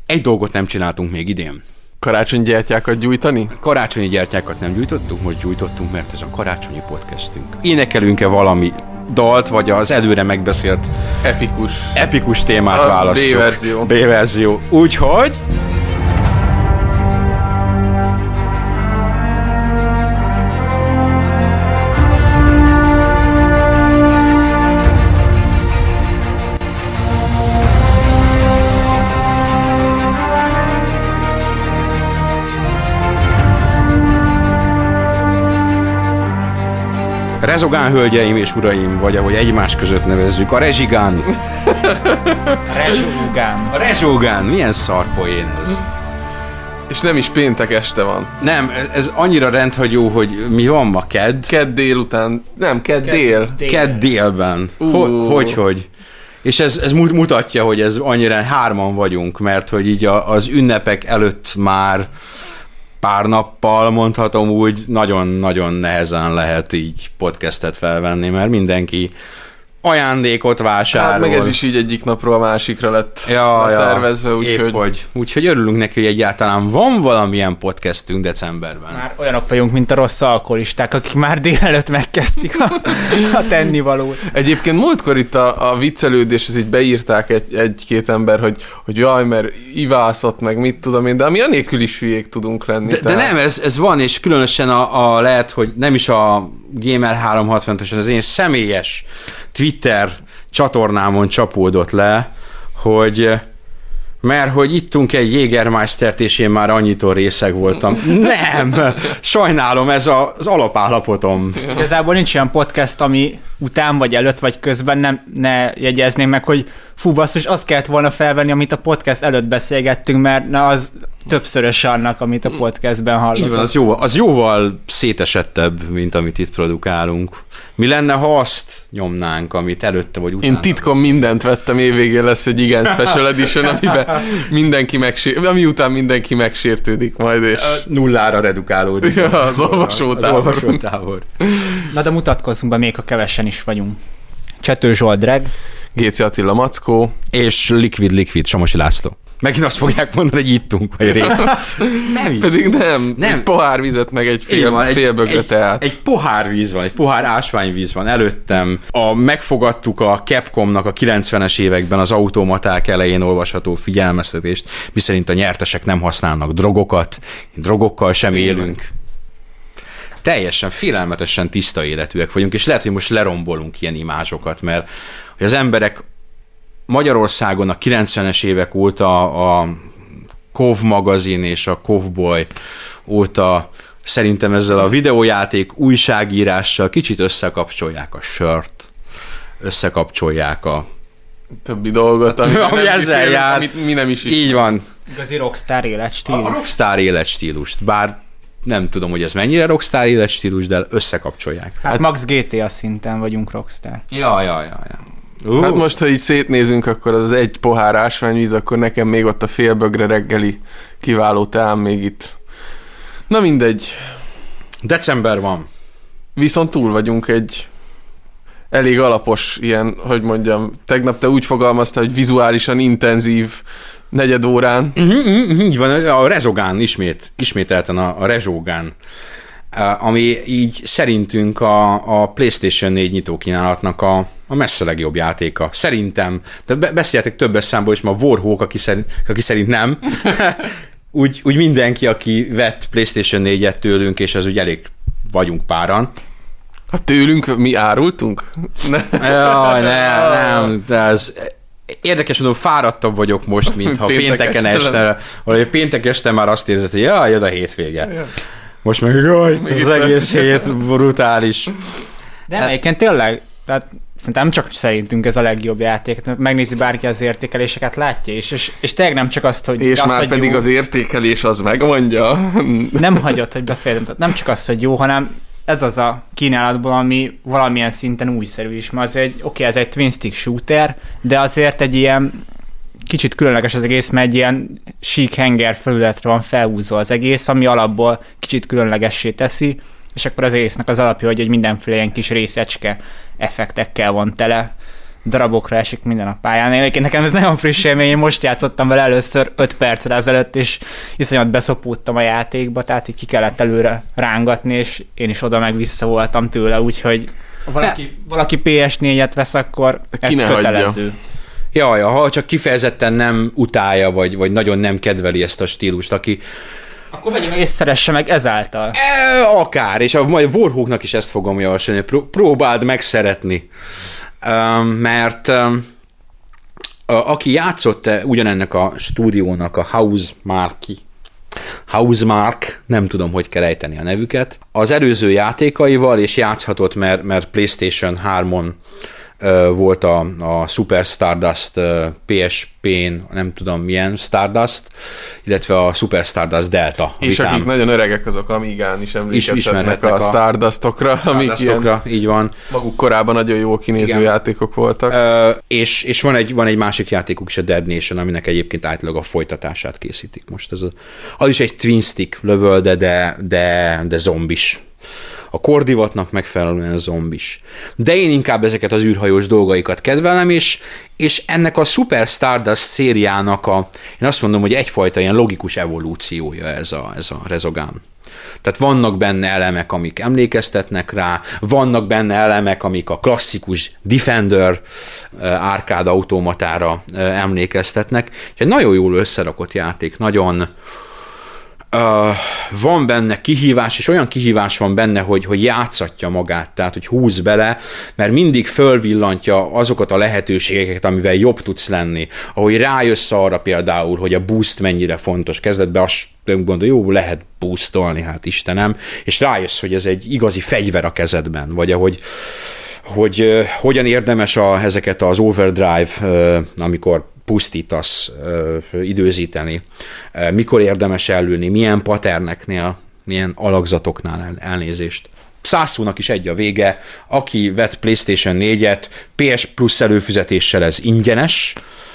egy dolgot nem csináltunk még idén. Karácsonyi gyertyákat gyújtani? Karácsonyi gyertyákat nem gyújtottunk, most gyújtottunk, mert ez a karácsonyi podcastünk. Énekelünk-e valami dalt, vagy az előre megbeszélt epikus témát választjuk? B-verzió. Úgyhogy... Rezogán, hölgyeim és uraim, vagy ahogy egymás között nevezzük, a rezsigán. A rezsógán, milyen szarpoén ez. És nem is péntek este van. Nem, ez annyira rendhagyó, hogy mi van ma, kedd? Kedd délután, nem, kedd dél. Kedd délben. Hogy? És ez mutatja, hogy ez annyira hárman vagyunk, mert hogy így az ünnepek előtt már pár nappal, mondhatom úgy, nagyon-nagyon nehezen lehet így podcastet felvenni, mert mindenki ajándékot vásárol. Hát meg ez is így egyik napról a másikra lett szervezve, úgyhogy örülünk neki, hogy egyáltalán van valamilyen podcastünk decemberben. Már olyanok vagyunk, mint a rossz alkoholisták, akik már délelőtt megkezdték a tennivalót. Egyébként múltkor itt a viccelődés, ez így beírták egy-két ember, hogy jaj, mert ivászott meg, mit tudom én, de ami anélkül is hülyék tudunk lenni. De nem, ez van, és különösen lehet, hogy nem is a Gamer 360-os, az én személyes Twitter csatornámon csapódott le, mert hogy ittunk egy Jägermeistert, és én már annyitól részeg voltam. Nem! Sajnálom, ez az alapállapotom. Igazából nincs olyan podcast, ami után, vagy előtt, vagy közben ne jegyezném meg, hogy fú, basszus, azt kellett volna felvenni, amit a podcast előtt beszélgettünk, mert az többszörös annak, amit a podcastben hallottam. Így van, az jóval szétesettebb, mint amit itt produkálunk. Mi lenne, ha azt nyomnánk, amit előtte vagy utána? Én titkon mindent vettem, évvégén lesz egy igen special edition, ami után mindenki megsértődik majd, és... Nullára redukálódik. Ja, az olvasótábor. Na de mutatkozzunk be, még ha kevesen is vagyunk. Csető Zsolt Dreg, Géci Attila Mackó, és Liquid Samosi László. Megint azt fogják mondani, hogy ittunk, vagy rész. Nem is. Pedig nem. Egy pohár vizet, meg egy fél bögre teát. Egy pohár víz van, egy pohár ásványvíz van előttem. Megfogadtuk a Capcomnak a 90-es években az automaták elején olvasható figyelmeztetést, miszerint a nyertesek nem használnak drogokat, drogokkal sem élünk. Teljesen félelmetesen tiszta életűek vagyunk, és lehet, hogy most lerombolunk ilyen imázsokat, mert hogy az emberek Magyarországon a 90-es évek óta a Kov magazin és a Kovboy óta szerintem ezzel a videójáték újságírással kicsit összekapcsolják a sört, összekapcsolják a többi dolgot, amit mi nem is így van. Igazi rockstar életstílus. A rockstar életstílust, bár nem tudom, hogy ez mennyire rockstar életstílus, de összekapcsolják. Hát max GTA szinten vagyunk rockstar. Ja. Hát most, ha így szétnézünk, akkor az egy pohár ásványvíz, akkor nekem még ott a félbögre reggeli kiváló teám még itt. Na mindegy. December van. Viszont túl vagyunk egy elég alapos ilyen, hogy mondjam, tegnap te úgy fogalmaztál, hogy vizuálisan intenzív negyed órán. Így van, a rezogán ismételten a rezsógán, ami így szerintünk a PlayStation 4 nyitókínálatnak a messze legjobb játéka. Szerintem, de beszéltek többes számból is, ma Warhawk, aki szerint nem. úgy mindenki, aki vett PlayStation 4-et tőlünk, és ez úgy elég vagyunk páran. Hát tőlünk mi árultunk? Jaj, nem, de ez... Érdekes mondom, fáradtabb vagyok most, mint ha pénteken este, valahogy péntek este már azt érzed, hogy jön a hétvége. Ja. Most meg az egész hét brutális. De egyébként tényleg, tehát szerintem nem csak szerintünk ez a legjobb játék, megnézi bárki az értékeléseket, látja, és tényleg nem csak azt, hogy... És azt, már pedig jó, az értékelés az megmondja. Nem hagyott, hogy befejezem. Nem csak az, hogy jó, hanem ez az a kínálatból, ami valamilyen szinten újszerű is, mert ez egy twin stick shooter, de azért egy ilyen kicsit különleges az egész, mert egy ilyen sík henger felületre van felhúzva az egész, ami alapból kicsit különlegessé teszi, és akkor az egésznek az alapja, hogy egy mindenféle ilyen kis részecske effektekkel van tele. darabokra esik minden a pályán. Egyébként nekem ez nagyon friss élmény, én most játszottam vele először 5 perccel ezelőtt, és iszonyat beszopódtam a játékba, tehát így ki kellett előre rángatni, és én is oda meg vissza voltam tőle, úgyhogy valaki PS4-et vesz, akkor ez kötelező. Jaj, ha csak kifejezetten nem utálja, vagy nagyon nem kedveli ezt a stílust, aki... Akkor vegye meg és szeresse meg ezáltal. Akár, és majd a Warhawknak is ezt fogom javasolni, próbáld megszeretni. Mert aki játszott ugyanennek a stúdiónak, a Housemarque, nem tudom, hogy kell ejteni a nevüket, az előző játékaival, és játszhatott, mert PlayStation 3-on volt a Super Stardust PSP-n, nem tudom milyen Stardust, illetve a Super Stardust Delta. És akik nagyon öregek, azok Amigán is emlékezhetnek a Stardustokra, amik ilyen így van. Maguk korában nagyon jó kinéző játékok voltak. És van egy másik játékuk is, a Dead Nation, aminek egyébként általában a folytatását készítik most. Az is egy twin stick lövölde, de zombis. A kordivatnak megfelelően zombis. De én inkább ezeket az űrhajós dolgaikat kedvelem, és ennek a Super Stardust szériának én azt mondom, hogy egyfajta ilyen logikus evolúciója ez a Resogun. Tehát vannak benne elemek, amik emlékeztetnek rá, vannak benne elemek, amik a klasszikus Defender árkád automatára emlékeztetnek, és egy nagyon jól összerakott játék, nagyon van benne kihívás, és olyan kihívás van benne, hogy játszatja magát, tehát hogy húz bele, mert mindig fölvillantja azokat a lehetőségeket, amivel jobb tudsz lenni. Ahogy rájössz arra például, hogy a boost mennyire fontos. Kezdetben azt gondolod, jó, lehet boostolni, hát Istenem, és rájössz, hogy ez egy igazi fegyver a kezedben, vagy hogy hogyan érdemes ezeket az overdrive, amikor pusztítasz, időzíteni, mikor érdemes ellőni, milyen paterneknél, milyen alakzatoknál, elnézést. Szászónak is egy a vége, aki vett PlayStation 4-et, PS Plus előfizetéssel ez ingyenes.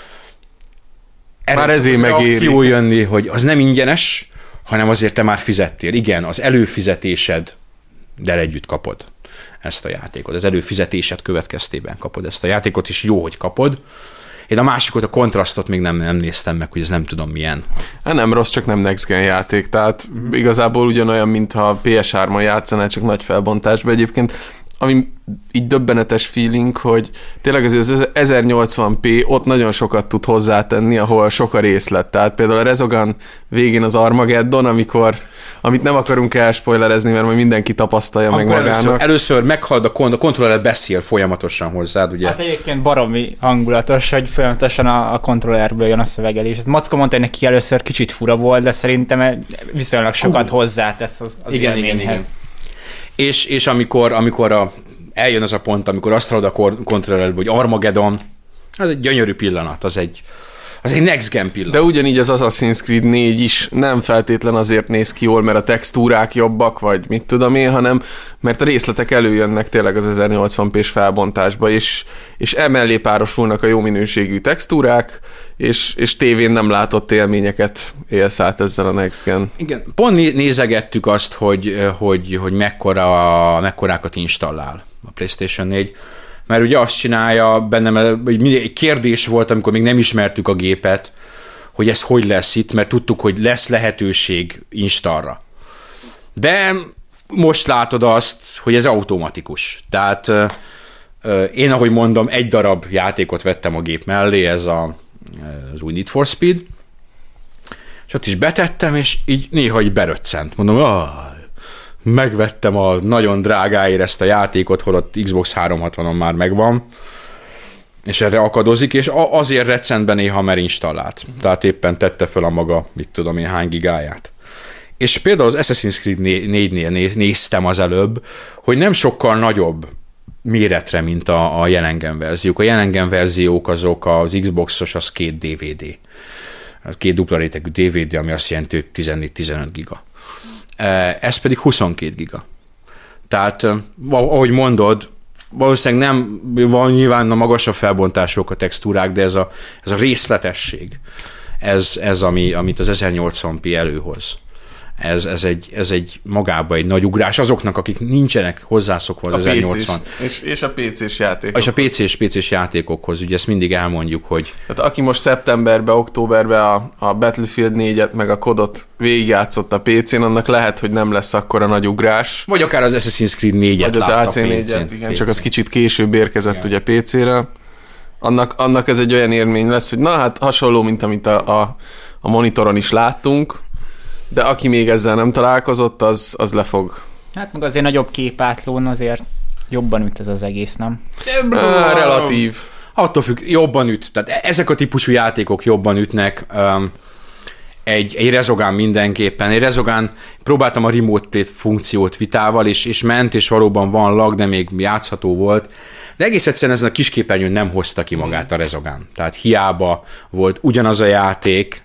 Már ezért megéri. Jönni, hogy az nem ingyenes, hanem azért te már fizettél. Igen, az előfizetésed, de együtt kapod ezt a játékot. Az előfizetésed következtében kapod ezt a játékot, és jó, hogy kapod. Én a másikot, a kontrasztot még nem néztem meg, hogy ez nem tudom milyen. Nem rossz, csak nem next gen játék, tehát igazából ugyanolyan, mintha PS3-on játszanál, csak nagy felbontásban egyébként. Ami így döbbenetes feeling, hogy tényleg az 1080p ott nagyon sokat tud hozzátenni, ahol sok a részlet. Tehát például a Resogun végén az Armageddon, amit nem akarunk elspoilerezni, mert majd mindenki tapasztalja meg magának. Először meghald a kontroller beszél folyamatosan hozzád, ugye? Az egyébként baromi hangulatos, hogy folyamatosan a kontrollerből jön a szövegelés. Macko mondta, hogy neki először kicsit fura volt, de szerintem viszonylag sokat hozzátesz az élményhez. És amikor eljön az a pont, amikor azt hallod a kontrollerbe, hogy Armageddon, az egy gyönyörű pillanat, az egy next gen pillanat. De ugyanígy az Assassin's Creed 4 is nem feltétlen azért néz ki jól, mert a textúrák jobbak, vagy mit tudom én, hanem mert a részletek előjönnek tényleg az 1080p-s felbontásba, és emellé párosulnak a jó minőségű textúrák, és tévén nem látott élményeket élsz át ezzel a next gen. Igen, pont nézegettük azt, hogy mekkorákat installál a PlayStation 4, mert ugye azt csinálja bennem, hogy egy kérdés volt, amikor még nem ismertük a gépet, hogy ez hogy lesz itt, mert tudtuk, hogy lesz lehetőség installra. De most látod azt, hogy ez automatikus. Tehát én, ahogy mondom, egy darab játékot vettem a gép mellé, ez az új Need for Speed, és ott is betettem, és így néha így beröccent. Mondom, megvettem a nagyon drágáért ezt a játékot, holott Xbox 360-on már megvan, és erre akadozik, és azért reccent be néha, mert installált. Tehát éppen tette fel a maga, mit tudom én, hány gigáját. És például az Assassin's Creed 4-nél néztem az előbb, hogy nem sokkal nagyobb méretre, mint a jelengen verziók. A jelengen verziók azok az Xboxos, az 2 DVD. 2 dupla rétegű DVD, ami azt jelenti, hogy 14-15 giga. Ez pedig 22 giga. Tehát, ahogy mondod, valószínűleg nem van nyilván a magasabb felbontások, a textúrák, de ez a részletesség, ez amit az 1080p előhoz. ez egy magában egy nagy ugrás azoknak, akik nincsenek hozzászokva az 1080. És a PC-s játékokhoz. És a PC-s játékokhoz, ugye ezt mindig elmondjuk, hogy... Tehát aki most szeptemberben, októberben a Battlefield 4-et meg a COD-ot végigjátszott a PC-n, annak lehet, hogy nem lesz akkora nagy ugrás. Vagy akár az Assassin's Creed 4-et vagy az AC4-et, igen, PC-n. Csak az kicsit később érkezett ugye PC-re. Annak ez egy olyan élmény lesz, hogy na hát hasonló, mint amit a monitoron is láttunk, de aki még ezzel nem találkozott, az lefog. Hát meg azért nagyobb képátlón azért jobban üt ez az egész, nem? Relatív. Attól függ, jobban üt. Tehát ezek a típusú játékok jobban ütnek. Egy rezogán mindenképpen. Egy rezogán, próbáltam a remote play funkciót vitával, és ment, és valóban van lag, de még játszható volt. De egész egyszerűen ezen a kis képernyőn nem hozta ki magát a rezogán. Tehát hiába volt ugyanaz a játék,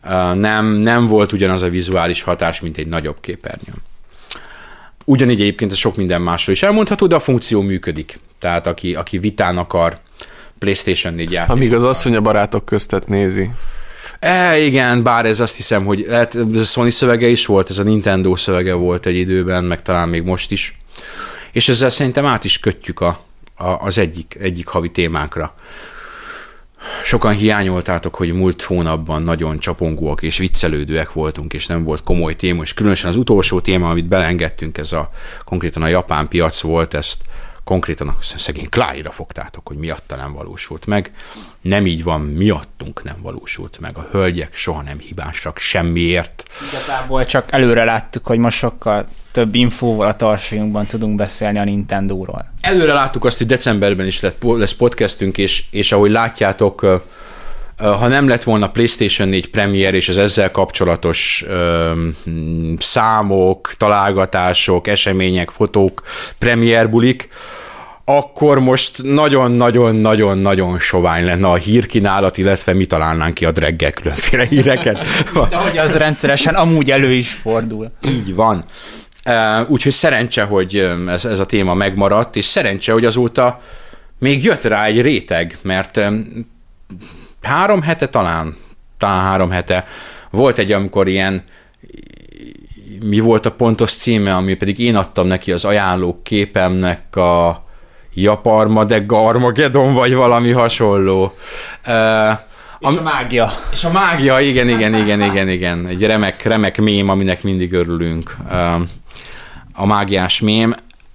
nem volt ugyanaz a vizuális hatás, mint egy nagyobb képernyőn. Ugyanígy egyébként ez sok minden másról is elmondható, de a funkció működik. Tehát aki vitán akar PlayStation 4 játékot. Amíg az asszony a barátok köztet nézi. Igen, bár ez azt hiszem, hogy lehet, ez a Sony szövege is volt, ez a Nintendo szövege volt egy időben, meg talán még most is. És ezzel szerintem át is kötjük az egyik havi témánkra. Sokan hiányoltátok, hogy múlt hónapban nagyon csapongóak és viccelődőek voltunk, és nem volt komoly téma, és különösen az utolsó téma, amit belengedtünk, ez konkrétan a japán piac volt, ezt konkrétan a szegény Kláira fogtátok, hogy miatta nem valósult meg. Nem így van, miattunk nem valósult meg. A hölgyek soha nem hibásak semmiért. Igazából csak előre láttuk, hogy most sokkal több infóval a tartsainkban tudunk beszélni a Nintendóról. Előre láttuk azt, hogy decemberben is lesz podcastünk, és ahogy látjátok, ha nem lett volna PlayStation 4 Premier és az ezzel kapcsolatos számok, találgatások, események, fotók, Premier bulik, akkor most nagyon-nagyon-nagyon-nagyon sovány lenne a hírkínálat, illetve mi találnánk ki a reggel különféle híreket. De hogy az rendszeresen amúgy elő is fordul. Így van. Úgyhogy szerencse, hogy ez a téma megmaradt, és szerencse, hogy azóta még jött rá egy réteg, mert 3 hete talán 3 hete volt egy, amikor ilyen, mi volt a pontos címe, ami pedig én adtam neki az ajánló képemnek, a Japarmadegga Armageddon, vagy valami hasonló. És a mágia. És a mágia, igen. Egy remek mém, aminek mindig örülünk. A mágiás mém.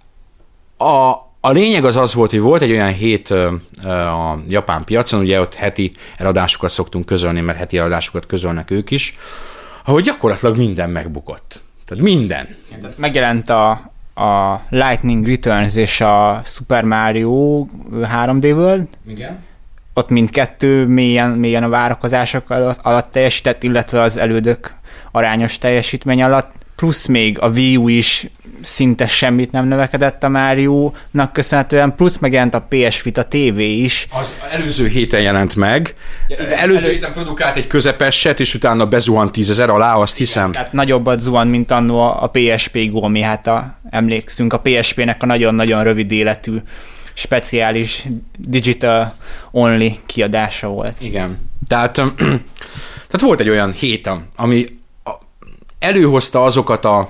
A lényeg az volt, hogy volt egy olyan hét a japán piacon, ugye ott heti eladásokat szoktunk közölni, mert heti eladásokat közölnek ők is, ahol gyakorlatilag minden megbukott. Tehát minden. Megjelent a Lightning Returns és a Super Mario 3D World. Igen. Ott mindkettő mélyen a várakozások alatt teljesített, illetve az elődök arányos teljesítmény alatt. Plusz még a Wii U is szinte semmit nem növekedett a Mario-nak köszönhetően, plusz megjelent a PS Vita TV is. Az előző héten jelent meg. Előző héten produkált egy közepeset, és utána bezuhant 10 000 alá, azt hiszem. Igen, tehát nagyobbat zuhant, mint annó a PSP Go, ami emlékszünk, a PSP-nek a nagyon-nagyon rövid életű speciális digital only kiadása volt. Igen. Tehát volt egy olyan hét, ami előhozta azokat a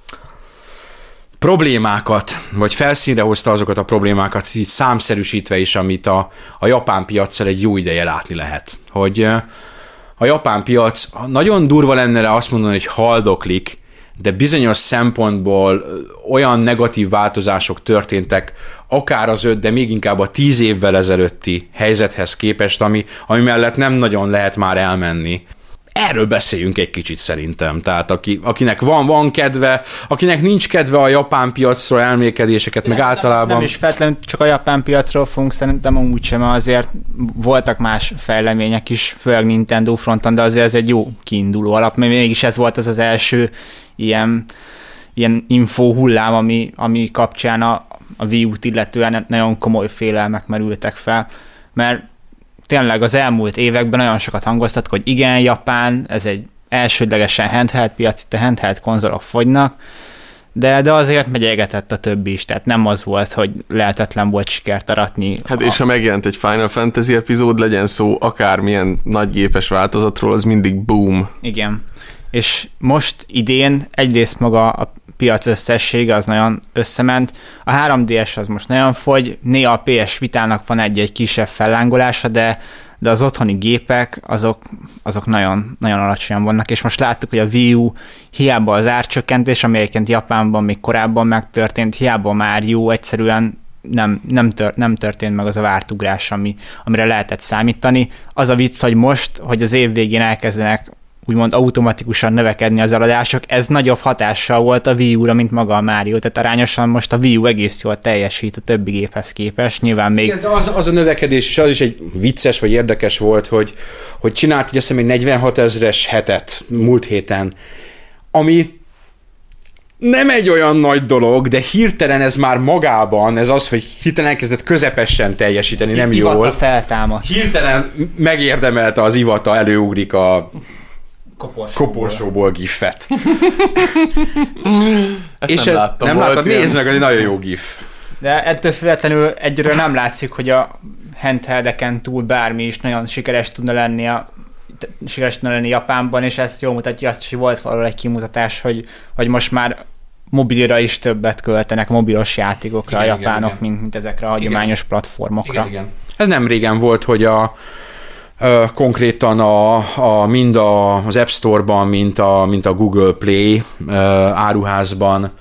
problémákat, vagy felszínre hozta azokat a problémákat, így számszerűsítve is, amit a japán piaccal egy jó ideje látni lehet. Hogy a japán piac nagyon durva lenne rá azt mondani, hogy haldoklik, de bizonyos szempontból olyan negatív változások történtek, akár az 5, de még inkább a 10 évvel ezelőtti helyzethez képest, ami mellett nem nagyon lehet már elmenni. Erről beszéljünk egy kicsit szerintem. Tehát akinek van kedve, akinek nincs kedve a japán piacról elmélkedéseket, meg általában... Nem is feltétlenül csak a japán piacról fogunk szerintem amúgy sem, azért voltak más fejlemények is, főleg Nintendo fronton, de azért ez egy jó kiinduló alap, mert mégis ez volt az első ilyen info hullám, ami kapcsán a Wii U-t illetően nagyon komoly félelmek merültek fel, mert tényleg az elmúlt években nagyon sokat hangoztattak, hogy igen, Japán, ez egy elsődlegesen handheld piac, itt a handheld konzolok fogynak, de azért megyegetett a többi is, tehát nem az volt, hogy lehetetlen volt sikert aratni. Hát és ha megjelent egy Final Fantasy epizód, legyen szó akármilyen nagygépes változatról, az mindig boom. Igen. és most idén egyrészt maga a piac összessége az nagyon összement, a 3DS az most nagyon fogy, néha a PS Vitának van egy kisebb fellángolása, de az otthoni gépek azok nagyon, nagyon alacsonyan vannak, és most láttuk, hogy a Wii U hiába az árcsökkentés, ami egyébként Japánban még korábban megtörtént, hiába már jó, egyszerűen nem történt meg az a vártugrás, amire lehetett számítani. Az a vicc, hogy most, hogy az év végén elkezdenek úgymond automatikusan növekedni az eladások, ez nagyobb hatással volt a Wii U-ra, mint maga a Mario, tehát arányosan most a Wii U egész jól teljesít a többi géphez képest, nyilván még... Igen, de az a növekedés, és az is egy vicces vagy érdekes volt, hogy csinált így azt hiszem egy 46 000-es hetet múlt héten, ami nem egy olyan nagy dolog, de hirtelen ez már magában, ez az, hogy hirtelen elkezdett közepesen teljesíteni, nem jól. Ivata feltámadt. Hirtelen megérdemelte az Ivata, előugrik a koporsóból gifet. Ezt nem láttad? Nézd meg, ez egy nagyon jó gif. De ettől függetlenül egyről nem látszik, hogy a handheldeken túl bármi is nagyon sikeres tudna lenni Japánban, és ezt jól mutatja azt, hogy volt valahol egy kimutatás, hogy most már mobilra is többet költenek, mobilos játékokra igen, a japánok, igen. Mint ezekre a hagyományos platformokra. Igen. Ez nem régen volt, hogy konkrétan mind az App Store-ban, mint a Google Play áruházban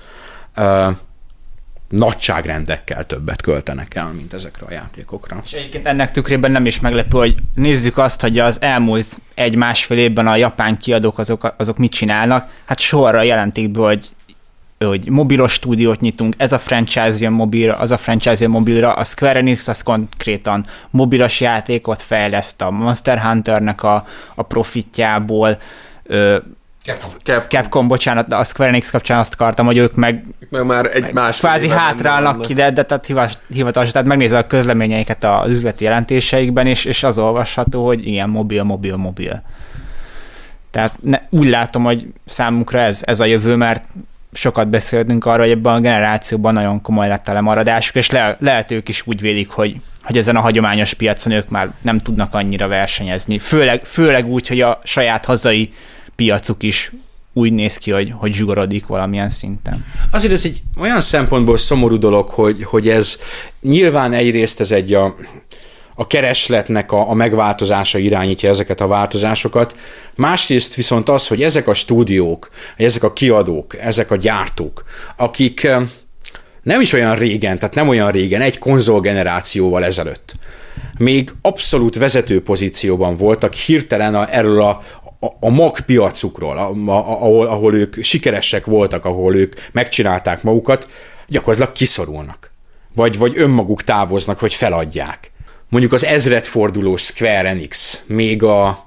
nagyságrendekkel többet költenek el, mint ezekre a játékokra. És egyébként ennek tükrében nem is meglepő, hogy nézzük azt, hogy az elmúlt 1-1,5 évben a japán kiadók azok mit csinálnak. Hát sorra jelentik be, hogy mobilos stúdiót nyitunk, ez a franchise jön mobilra, az a franchise jön mobilra, a Square Enix az konkrétan mobilos játékot fejleszt a Monster Hunternek a profitjából, Capcom, bocsánat, a Square Enix kapcsán azt akartam, hogy ők meg már egy más kvázi hátrálnak ki, de tehát hivatalos, tehát megnézed a közleményeiket az üzleti jelentéseikben, és az olvasható, hogy igen, mobil. Tehát úgy látom, hogy számunkra ez a jövő, mert sokat beszéltünk arról, hogy ebben a generációban nagyon komoly lett a lemaradásuk, és lehet ők is úgy vélik, hogy ezen a hagyományos piacon ők már nem tudnak annyira versenyezni. Főleg úgy, hogy a saját hazai piacuk is úgy néz ki, hogy zsugorodik valamilyen szinten. Azért ez egy olyan szempontból szomorú dolog, hogy ez nyilván egyrészt ez egy a keresletnek a megváltozása irányítja ezeket a változásokat, másrészt viszont az, hogy ezek a stúdiók, ezek a kiadók, ezek a gyártók, akik nem is olyan régen, tehát nem olyan régen, egy konzolgenerációval ezelőtt még abszolút vezető pozícióban voltak hirtelen erről a magpiacukról, ahol ők sikeresek voltak, ahol ők megcsinálták magukat, gyakorlatilag kiszorulnak. Vagy önmaguk távoznak, vagy feladják. Mondjuk az ezredforduló Square Enix, még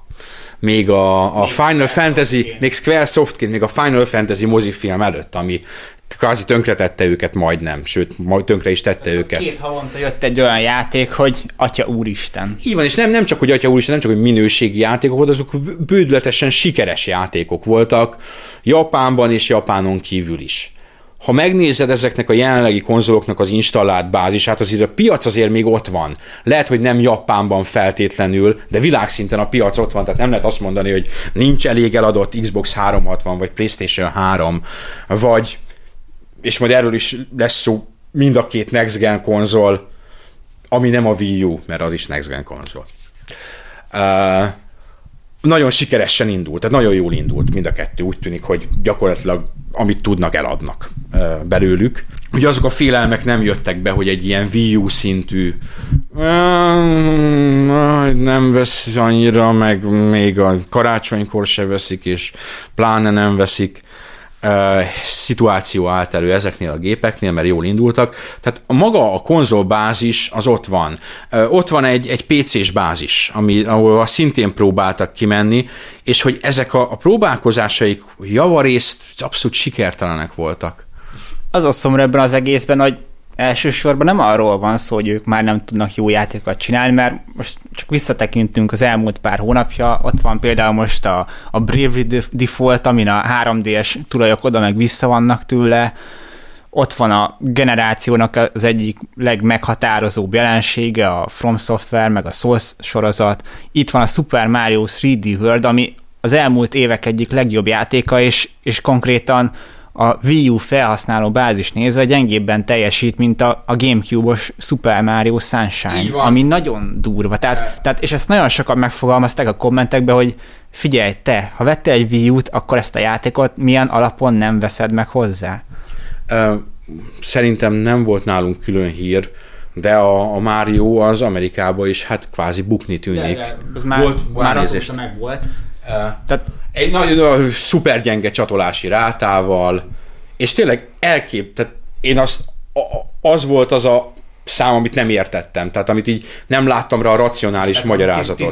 a Final Fantasy, még Square Softként, még a Final Fantasy mozifilm előtt, ami kvázi tönkretette őket majdnem, sőt, majd tönkre is tette őket. 2 havonta jött egy olyan játék, hogy Atya Úristen. Így van, és nem csak, hogy Atya Úristen, nem csak, hogy minőségi játékok voltak, azok bődületesen sikeres játékok voltak Japánban és Japánon kívül is. Ha megnézed ezeknek a jelenlegi konzoloknak az installált bázisát, azért a piac azért még ott van. Lehet, hogy nem Japánban feltétlenül, de világszinten a piac ott van, tehát nem lehet azt mondani, hogy nincs elég eladott Xbox 360, vagy PlayStation 3, vagy, és majd erről is lesz szó, mind a két Next Gen konzol, ami nem a Wii U, mert az is Next Gen konzol. Nagyon sikeresen indult, tehát nagyon jól indult mind a kettő, úgy tűnik, hogy gyakorlatilag amit tudnak, eladnak belőlük. Ugye azok a félelmek nem jöttek be, hogy egy ilyen Wii U szintű nem vesz annyira, meg még a karácsonykor se veszik, és pláne nem veszik. Szituáció állt elő ezeknél a gépeknél, mert jól indultak. Tehát maga a konzolbázis az ott van. Ott van egy PC-s bázis, ahol szintén próbáltak kimenni, és hogy ezek a próbálkozásaik javarészt abszolút sikertelenek voltak. Az a szomorú ebben az egészben, hogy elsősorban nem arról van szó, hogy ők már nem tudnak jó játékokat csinálni, mert most csak visszatekintünk az elmúlt pár hónapja, ott van például most a Bravely Default, amin a 3D-es tulajok oda meg vissza vannak tőle, ott van a generációnak az egyik legmeghatározóbb jelensége, a From Software, meg a Souls sorozat, itt van a Super Mario 3D World, ami az elmúlt évek egyik legjobb játéka, és konkrétan a Wii U felhasználó bázis nézve gyengébben teljesít, mint a Gamecube-os Super Mario Sunshine, ami nagyon durva. Tehát, és ezt nagyon sokan megfogalmazták a kommentekben, hogy figyelj, te, ha vettél egy Wii U-t, akkor ezt a játékot milyen alapon nem veszed meg hozzá? Szerintem nem volt nálunk külön hír, de a Mario az Amerikában is hát kvázi bukni tűnik. De ez már azóta meg volt. Tehát egy nagyon szuper gyenge csatolási rátával, és tényleg tehát én az volt az a szám, amit nem értettem, tehát amit így nem láttam rá a racionális tehát magyarázatot.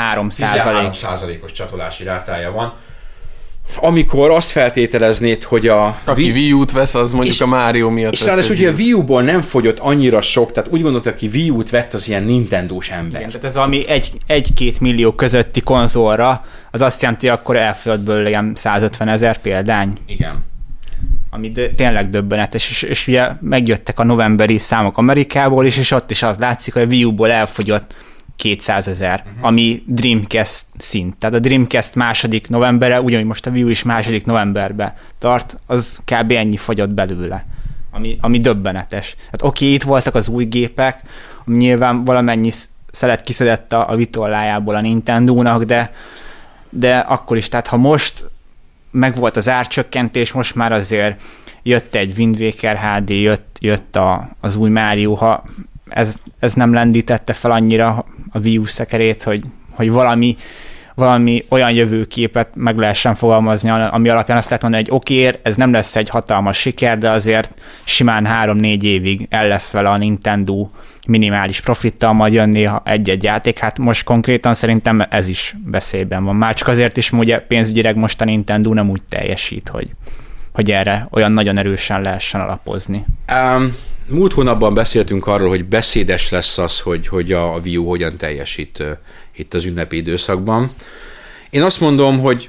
13%-os csatolási rátája van. Amikor azt feltételeznéd, hogy aki Wii U-t vesz, az mondjuk a Mario miatt. És ráadásul, hogy a Wii U-ból nem fogyott annyira sok, tehát úgy gondolt, aki Wii U-t vett, az ilyen Nintendós ember. Igen, tehát ez ami 1-2 millió közötti konzolra, az azt jelenti, hogy akkor elfogyott belőle 150 000 példány. Igen. Ami tényleg döbbenetes, és ugye megjöttek a novemberi számok Amerikából is, és ott is az látszik, hogy a Wii U-ból elfogyott 200 000, ami Dreamcast szint. Tehát a Dreamcast 2. novemberre, ugyanúgy most a Wii U is 2. novemberben tart, az kb. Ennyi fogyott belőle, ami döbbenetes. Tehát oké, itt voltak az új gépek, ami nyilván valamennyi szelet kiszedett a vitorlájából a Nintendónak, de akkor is, tehát ha most megvolt az árcsökkentés, most már azért jött egy Wind Waker HD, jött az új Mario, ha ez nem lendítette fel annyira a Wii U szekerét, hogy valami olyan jövőképet meg lehessen fogalmazni, ami alapján azt lehet mondani, hogy oké, ez nem lesz egy hatalmas siker, de azért simán 3-4 évig el lesz vele a Nintendo minimális profittal majd jönni egy-egy játék. Hát most konkrétan szerintem ez is veszélyben van. Már csak azért is, ugye pénzügyileg most a Nintendo nem úgy teljesít, hogy erre olyan nagyon erősen lehessen alapozni. Múlt hónapban beszéltünk arról, hogy beszédes lesz az, hogy a Wii U hogyan teljesít itt az ünnepi időszakban. Én azt mondom, hogy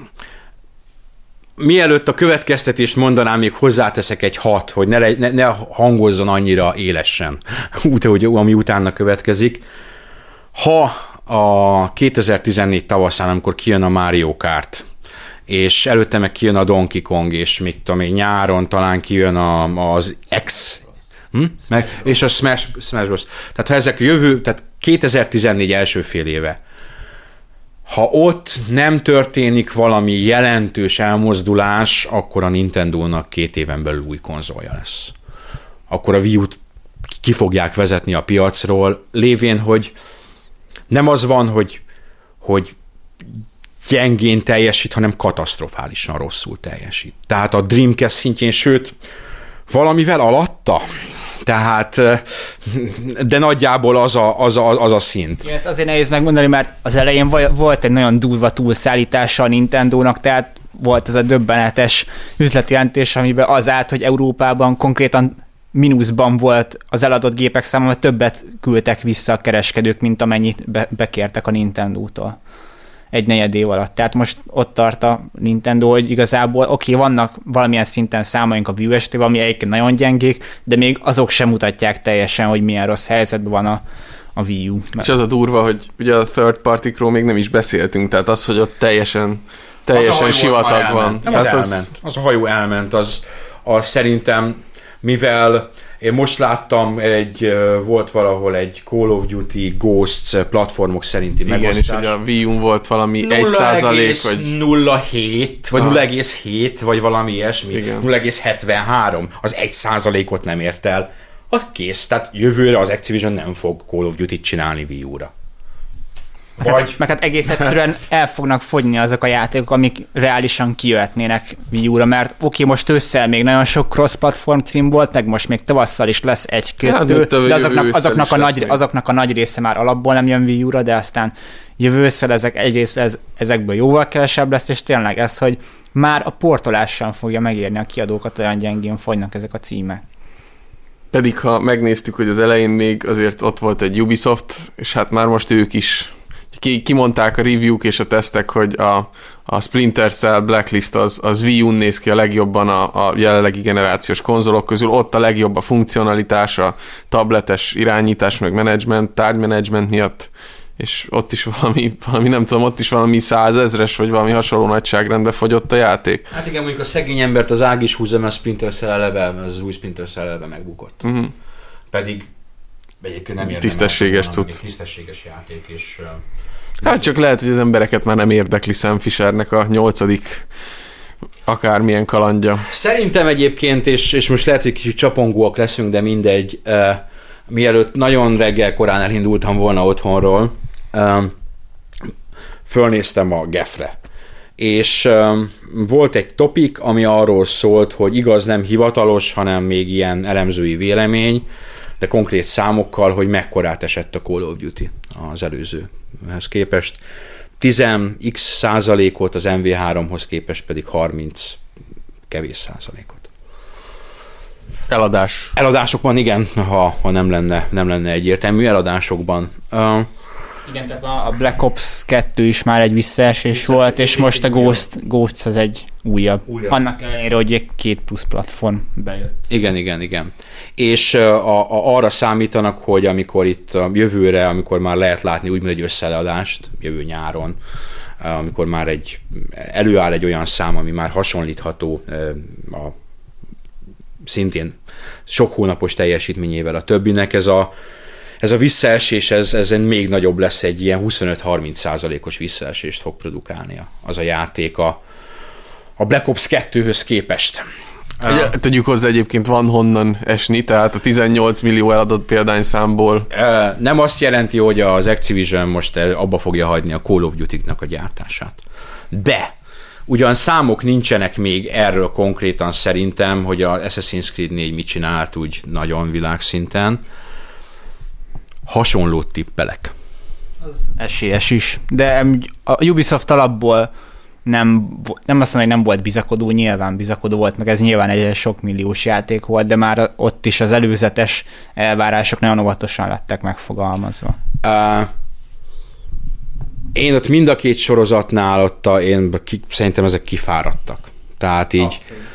mielőtt a következtetést mondanám, még hozzáteszek egy 6, hogy ne hangozzon annyira élesen, ami utána következik. Ha a 2014 tavaszán, amikor kijön a Mario Kart, és előtte meg kijön a Donkey Kong, és még nyáron talán kijön az X, és a Smash Bros. Tehát ha ezek tehát 2014 első fél éve, ha ott nem történik valami jelentős elmozdulás, akkor a Nintendónak 2 éven belül új konzolja lesz. Akkor a Wii U-t ki fogják vezetni a piacról, lévén, hogy nem az van, hogy gyengén teljesít, hanem katasztrofálisan rosszul teljesít. Tehát a Dreamcast szintjén, sőt, valamivel alatta. Tehát, de nagyjából az a szint. Ezt azért nehéz megmondani, mert az elején volt egy nagyon durva túlszállítása a Nintendónak, tehát volt ez a döbbenetes üzletjelentés, amiben az állt, hogy Európában konkrétan mínuszban volt az eladott gépek száma, mert többet küldtek vissza a kereskedők, mint amennyit bekértek a Nintendótól. 1/4 év alatt. Tehát most ott tart a Nintendo, hogy igazából oké, vannak valamilyen szinten számaink a Wii U esetében, ami egyébként nagyon gyengék, de még azok sem mutatják teljesen, hogy milyen rossz helyzetben van a Wii U. És az a durva, hogy ugye a third party-król még nem is beszéltünk, tehát az, hogy ott teljesen sivatag van. Az a hajó elment, az szerintem, mivel én most láttam, volt valahol egy Call of Duty Ghosts platformok szerinti megosztás. Igen, és ugye a Wii U volt valami 1% vagy 0,07 vagy 0,7 vagy valami ilyesmi. 0,73. Az 1%-ot nem ért el. Kész, tehát jövőre az Activision nem fog Call of Duty-t csinálni Wii U-ra. Meg hát egész egyszerűen el fognak fogyni azok a játékok, amik reálisan kijöhetnének Wii U-ra, mert oké, most ősszel még nagyon sok cross-platform cím volt, meg most még tavasszal is lesz 1-2, de azoknak a nagy része már alapból nem jön Wii U-ra, de aztán jövő ősszel ezekből jóval kevesebb lesz, és tényleg ez, hogy már a portolás sem fogja megérni a kiadókat, olyan gyengén fogynak ezek a címek. Pedig ha megnéztük, hogy az elején még azért ott volt egy Ubisoft, és hát már most ők is kimondták a review-k és a tesztek, hogy a Splinter Cell Blacklist az Wii U-n néz ki a legjobban a jelenlegi generációs konzolok közül, ott a legjobb a funkcionalitás, a tabletes irányítás, meg menedzsment, tárgymenedzsment miatt, és ott is valami nem tudom, ott is valami 100 000-es, vagy valami hasonló nagyságrendbe fogyott a játék. Hát igen, mondjuk a szegény embert az ág is húzza, mert a Splinter Cell eleve, az új Splinter Cell eleve megbukott. Pedig egyébként nem érdemel. Tisztességes cucc. Tisztességes játék, és... Hát csak lehet, hogy az embereket már nem érdekli Sam Fishernek a 8. akármilyen kalandja. Szerintem egyébként, és most lehet, hogy kicsit csapongóak leszünk, de mindegy, mielőtt nagyon reggel korán elindultam volna otthonról, fölnéztem a Gefre. És volt egy topik, ami arról szólt, hogy igaz, nem hivatalos, hanem még ilyen elemzői vélemény, de konkrét számokkal, hogy mekkorát esett a Call of Duty az előzőhez képest. 10x% az MV3-hoz képest pedig 30 kevés százalékot. Eladásokban igen, ha nem lenne egyértelmű eladásokban. Igen, tehát a Black Ops 2 is már egy visszaesés volt, és most a Ghosts az egy újabb. Annak ellenére, hogy 2 plusz platform bejött. Igen. És arra számítanak, hogy amikor itt a jövőre, amikor már lehet látni úgymond egy összeadást, jövő nyáron, amikor már előáll egy olyan szám, ami már hasonlítható a szintén sok hónapos teljesítményével a többinek, ez a visszaesés, ez még nagyobb lesz, egy ilyen 25-30%-os visszaesést fog produkálni az a játék a Black Ops 2-höz képest. Tegyük hozzá, egyébként van honnan esni, tehát a 18 millió eladott példányszámból. Nem azt jelenti, hogy az Activision most abba fogja hagyni a Call of Duty-nak a gyártását. De ugyan számok nincsenek még erről konkrétan szerintem, hogy a Assassin's Creed 4 mit csinált úgy nagyon világszinten. Hasonlót tippelek. Az esélyes is. De a Ubisoft alapból nem azt mondom, hogy nem volt bizakodó, nyilván bizakodó volt, meg ez nyilván egy sok milliós játék volt, de már ott is az előzetes elvárások nagyon óvatosan lettek megfogalmazva. Én ott mind a két sorozatnál szerintem ezek kifáradtak. Tehát így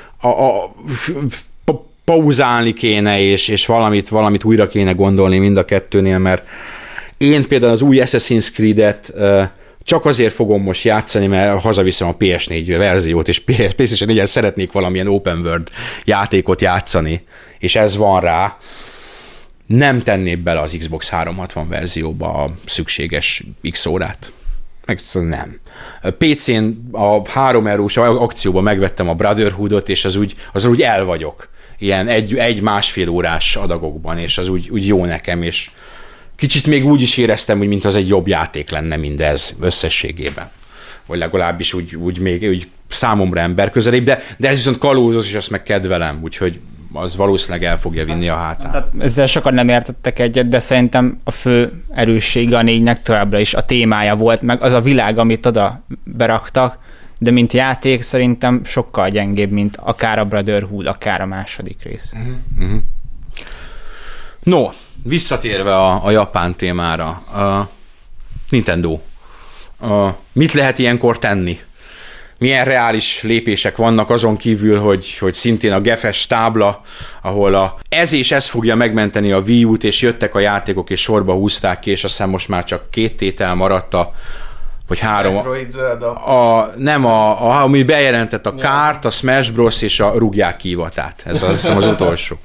pauzálni kéne, és valamit újra kéne gondolni mind a kettőnél, mert én például az új Assassin's Creed-et csak azért fogom most játszani, mert hazaviszem a PS4 verziót, és PlayStation 4-en szeretnék valamilyen open world játékot játszani, és ez van rá. Nem tennék bele az Xbox 360 verzióba a szükséges X órát. Meg nem. PC-n a 3 eurós akcióban megvettem a Brotherhoodot, és az úgy el vagyok. Ilyen egy-másfél órás adagokban, és az úgy jó nekem, és kicsit még úgy is éreztem, hogy mint az egy jobb játék lenne mindez összességében. Vagy legalábbis úgy számomra emberközelibb, de ez viszont kalózos, és azt meg kedvelem, úgyhogy az valószínűleg el fogja vinni a hátán. Tehát ezzel sokan nem értettek egyet, de szerintem a fő erőssége a 4-nek továbbra is a témája volt, meg az a világ, amit oda beraktak, de mint játék szerintem sokkal gyengébb, mint akár a Brotherhood, akár a második rész. Uh-huh. No, visszatérve a japán témára, Nintendo. Mit lehet ilyenkor tenni? Milyen reális lépések vannak azon kívül, hogy szintén a GEF-es tábla, ahol ez fogja megmenteni a Wii U-t, és jöttek a játékok, és sorba húzták ki, és azt hiszem most már csak 2 tétel maradt vagy 3. Metroid Zelda. Ami bejelentett a Kart, a Smash Bros. És a rúgják hivatát. Ez az utolsó.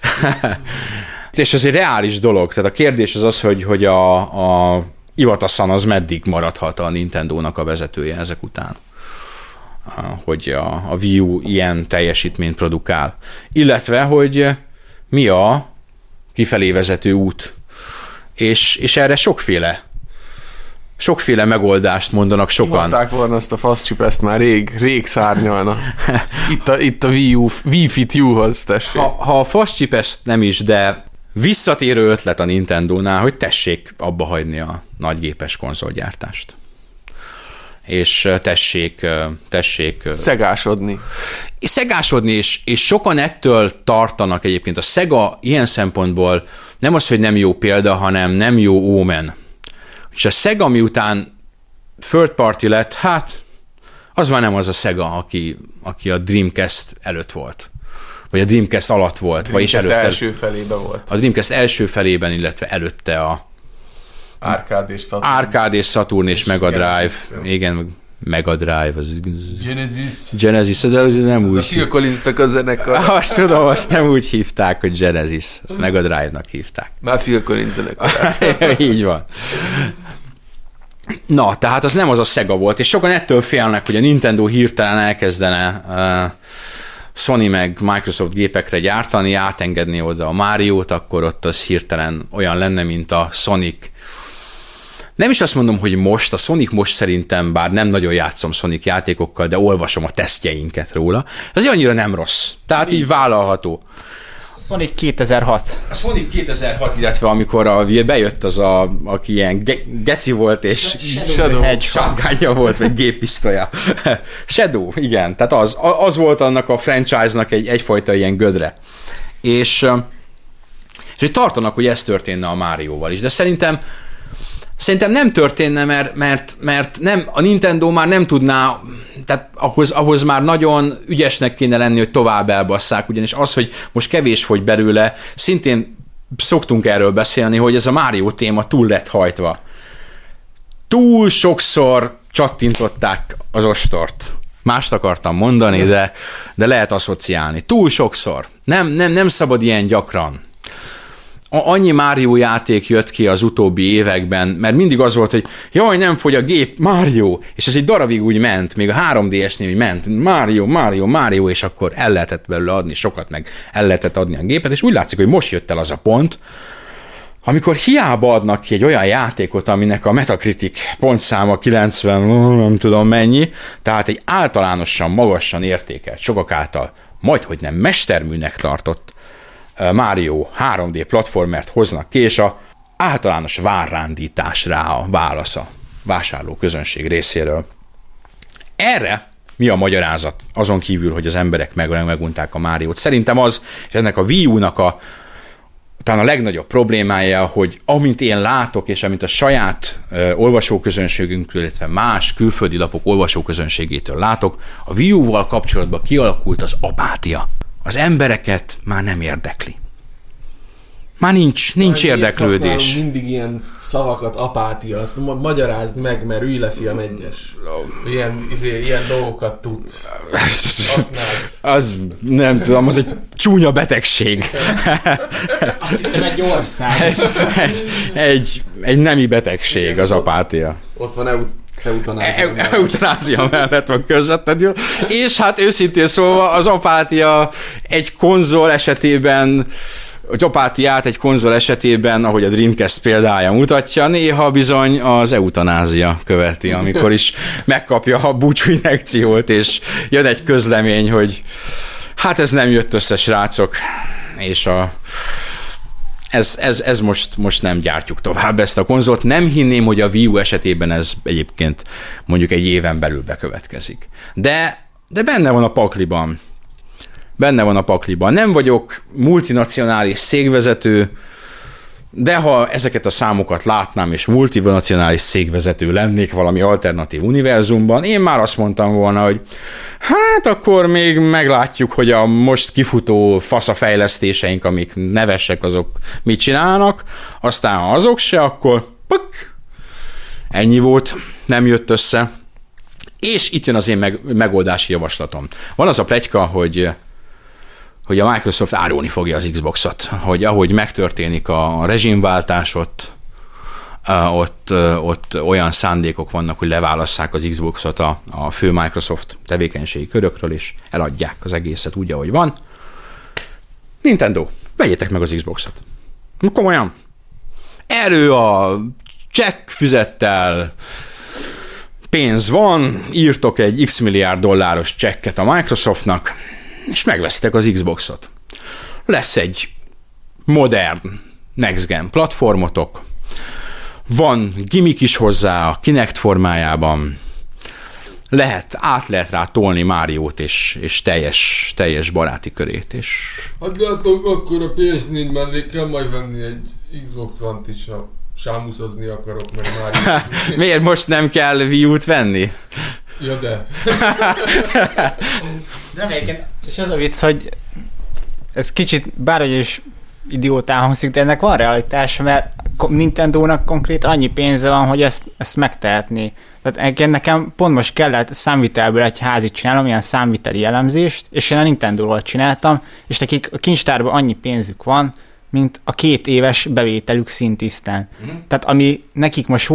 És ez egy reális dolog. Tehát a kérdés az, hogy a Iwata-san az meddig maradhat a Nintendónak a vezetője ezek után. Hogy a Wii U ilyen teljesítményt produkál. Illetve, hogy mi a kifelé vezető út. És erre sokféle megoldást mondanak sokan. Hozták volna ezt a faszcsipeszt már rég szárnyalna. Itt a Wii Fit U-hoz, tessék. Ha a faszcsipeszt nem is, de visszatérő ötlet a Nintendónál, hogy tessék abba hagyni a nagygépes konzolgyártást. És tessék szegásodni, és sokan ettől tartanak egyébként. A Sega ilyen szempontból nem az, hogy nem jó példa, hanem nem jó ómen. És a Sega miután third party lett, hát az már nem az a Sega, aki a Dreamcast előtt volt. Vagy a Dreamcast alatt volt. Dreamcast első felében volt. A Dreamcast első felében, illetve előtte Arcade és Saturn. Arcade és Saturn és Mega Drive. Igen, Mega Drive. Genesis, ez nem úgy. Ez a Phil Collinsnak a zenekar. Azt tudom, azt nem úgy hívták, hogy Genesis. Azt Mega Drive-nak hívták. Már Phil Collins zenekar. Így van. Na, tehát az nem az a Sega volt, és sokan ettől félnek, hogy a Nintendo hirtelen elkezdene Sony meg Microsoft gépekre gyártani, átengedni oda a Máriót, akkor ott az hirtelen olyan lenne, mint a Sonic. Nem is azt mondom, hogy most, a Sonic most szerintem, bár nem nagyon játszom Sonic játékokkal, de olvasom a tesztjeinket róla. Ez annyira nem rossz. Tehát így vállalható. Sonic 2006. A Sonic 2006, illetve amikor bejött az aki ilyen geci volt, és shotgunja volt, vagy géppisztolya. Shadow, igen. Tehát az volt annak a franchise-nak egyfajta ilyen gödre. És hogy tartanak, hogy ez történne a Márióval is. De szerintem nem történne, mert nem, a Nintendo már nem tudná, tehát ahhoz már nagyon ügyesnek kéne lenni, hogy tovább elbasszák, ugyanis az, hogy most kevés fogy belőle, szintén szoktunk erről beszélni, hogy ez a Mario téma túl lett hajtva. Túl sokszor csattintották az ostort. Mást akartam mondani, de lehet asszociálni. Túl sokszor. Nem szabad ilyen gyakran. Annyi Mario játék jött ki az utóbbi években, mert mindig az volt, hogy jaj, nem fogy a gép, Mario, és ez egy darabig úgy ment, még a 3DS-nél úgy ment, Mario, és akkor el lehetett belőle adni sokat, meg el lehetett adni a gépet, és úgy látszik, hogy most jött el az a pont, amikor hiába adnak ki egy olyan játékot, aminek a Metacritic pontszáma 90, nem tudom mennyi, tehát egy általánosan magasan értékelt, sokak által majdhogy nem mesterműnek tartott Mario 3D platformert hoznak ki, és a általános várrándítás rá a válasz a vásárló közönség részéről. Erre mi a magyarázat? Azon kívül, hogy az emberek megunták a Máriót. Szerintem az, és ennek a Wii U-nak talán a legnagyobb problémája, hogy amint én látok, és amint a saját olvasóközönségünktől, illetve más külföldi lapok olvasóközönségétől látok, a Wii U-val kapcsolatban kialakult az apátia. Az embereket már nem érdekli. Már nincs érdeklődés. Mindig ilyen szavakat, apátia, azt magyarázd meg, mert ülj le, fiam, egyes. Ilyen dolgokat tudsz. Használsz. Az nem tudom, az egy csúnya betegség. Azt hittem egy ország. egy nemi betegség az apátia. Ott van eutanázia mellett van közvetlenül. És hát őszintén szólva az apátia egy konzol esetében, ahogy a Dreamcast példája mutatja, néha bizony az eutanázia követi, amikor is megkapja a búcsú injekciót, és jön egy közlemény, hogy hát ez nem jött össze, srácok, és ez most nem gyártjuk tovább ezt a konzolt. Nem hinném, hogy a Wii U esetében ez egyébként mondjuk egy éven belül bekövetkezik. De benne van a pakliban. Nem vagyok multinacionális cégvezető, de ha ezeket a számokat látnám, és multinacionális cégvezető lennék valami alternatív univerzumban, én már azt mondtam volna, hogy hát akkor még meglátjuk, hogy a most kifutó faszafejlesztéseink, amik nevesek, azok mit csinálnak, aztán ha azok se, akkor ennyi volt, nem jött össze. És itt jön az én megoldási javaslatom. Van az a pletyka, hogy a Microsoft árulni fogja az Xboxot, hogy ahogy megtörténik a rezsimváltás, ott olyan szándékok vannak, hogy leválasszák az Xboxot a fő Microsoft tevékenységi körökről, és eladják az egészet úgy, ahogy van. Nintendo, vegyétek meg az Xboxot. Komolyan. Elő a csekk füzettel, pénz van, írtok egy x milliárd dolláros csekket a Microsoftnak, és megveszitek az Xboxot. Lesz egy modern next gen platformotok, van gimmick is hozzá a Kinect formájában, át lehet rá tolni Máriót és teljes baráti körét. És... Hát látok, akkor a PS4 mellé kell majd venni egy Xbox One-t is, ha sámuszozni akarok, meg Máriót. Miért most nem kell Wii U-t venni? Ja, de. És ez a vicc, hogy ez kicsit bárhogy is idiótán hangzik, de ennek van realitása, mert Nintendónak konkrét annyi pénze van, hogy ezt megtehetné. Tehát nekem pont most kellett számvitelből egy házit csinálnom, ilyen számviteli elemzést, és én a Nintendóról csináltam, és nekik a kincstárban annyi pénzük van, mint a 2 éves bevételük szintisztán. Tehát ami nekik most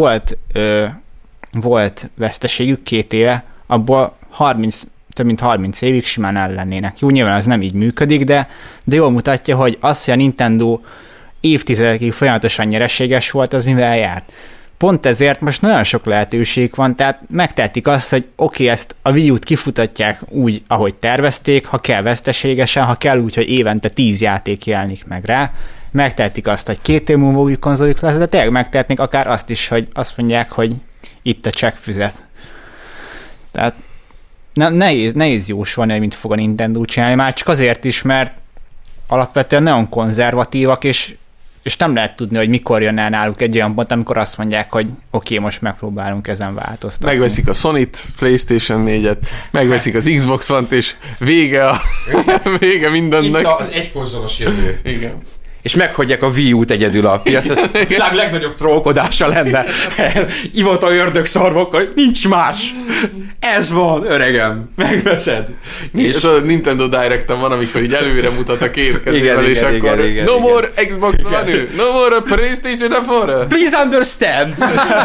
volt veszteségük 2 éve, abból több mint 30 évig simán el lennének. Jó, nyilván az nem így működik, de jól mutatja, hogy az, hogy a Nintendo évtizedekig folyamatosan nyereséges volt, az mivel járt. Pont ezért most nagyon sok lehetőség van, tehát megtehetik azt, hogy oké, ezt a Wii U-t kifutatják úgy, ahogy tervezték, ha kell veszteségesen, ha kell úgy, hogy évente 10 játék jelenik meg rá, megtehetik azt, hogy 2 év múlva új konzoljuk lesz, de tényleg megtehetnék akár azt is, hogy azt mondják, hogy itt a csekkfüzet. Tehát nehéz jósolni, hogy mit fog a Nintendo csinálni, már csak azért is, mert alapvetően nagyon konzervatívak, és nem lehet tudni, hogy mikor jön el náluk egy olyan pont, amikor azt mondják, hogy oké, most megpróbálunk ezen változtatni. Megveszik a Sony-t, PlayStation 4-et, megveszik az Xbox One-t, és vége mindennek. Itt az egykonzolos jövő. Igen. És meghagyják a Wii U-t egyedül a piacon. A világ legnagyobb trollkodása lenne. Ivott a ördög szarvokkal, nincs más. Ez van, öregem. Megveszed. És a Nintendo Direct-en van, amikor így előre mutat a 2 kezével, és akkor igen, no more Xbox One, no more PlayStation 4. Please understand.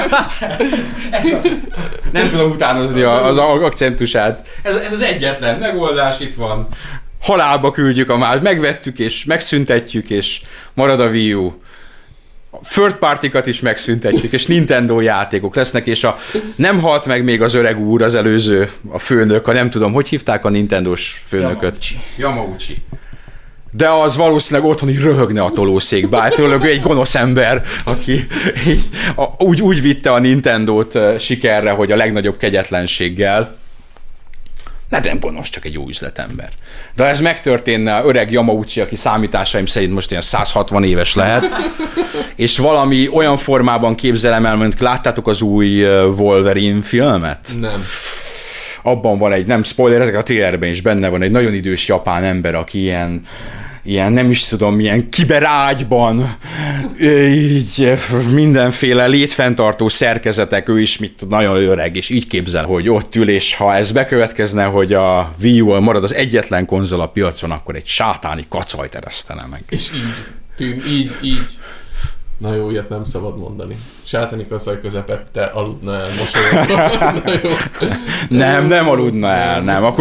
Nem tudom utánozni az akcentusát. Ez az egyetlen megoldás itt van. Halálba küldjük a más, megvettük és megszüntetjük, és marad a Wii U. A third party-kat is megszüntetjük, és Nintendo játékok lesznek, és nem halt meg még az öreg úr, az előző, a főnök, nem tudom, hogy hívták a Nintendós főnököt? Yamauchi. De az valószínűleg otthon így röhögne a tolószékbe, általában egy gonosz ember, aki úgy vitte a Nintendót sikerre, hogy a legnagyobb kegyetlenséggel. Nem gonosz, csak egy jó üzletember. De ha ez megtörténne, öreg Yamauchi, aki számításaim szerint most ilyen 160 éves lehet, és valami olyan formában képzelem el, mint láttátok az új Wolverine filmet? Nem. Abban van egy, nem spoiler, ezek a trailerben is benne van egy nagyon idős japán ember, aki ilyen nem is tudom, milyen kiberágyban, így mindenféle létfenntartó szerkezetek, ő is nagyon öreg, és így képzel, hogy ott ül, és ha ez bekövetkezne, hogy a Wii U marad az egyetlen konzol a piacon, akkor egy sátáni kacajt eresztene meg. És így. Na jó, ilyet nem szabad mondani. Sátani kacaj közepette aludna el mosolyogva. Nem aludna el, nem. Akkor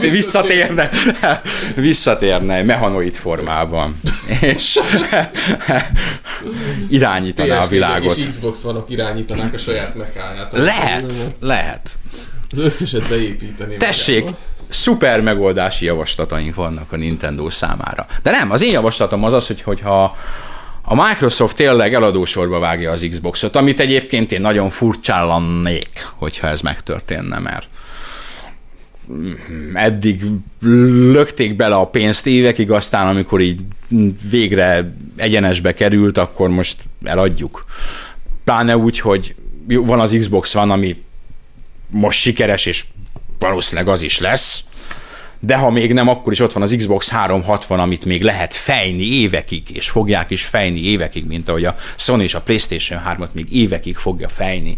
visszatérne mechanoid formában. És irányítaná a világot. És Xbox One-ok irányítanák a saját mecháját. Lehet. Az összeset beépíteni. Tessék, szuper megoldási javaslataink vannak a Nintendo számára. De nem, az én javaslatom az, hogyha a Microsoft tényleg eladósorba vágja az Xboxot, amit egyébként én nagyon furcsálannék, hogyha ez megtörténne, mert eddig lökték bele a pénzt évekig, aztán amikor így végre egyenesbe került, akkor most eladjuk. Pláne úgy, hogy van az Xbox One, ami most sikeres, és valószínűleg az is lesz, de ha még nem, akkor is ott van az Xbox 360, amit még lehet fejni évekig, és fogják is fejni évekig, mint ahogy a Sony és a PlayStation 3-at még évekig fogja fejni.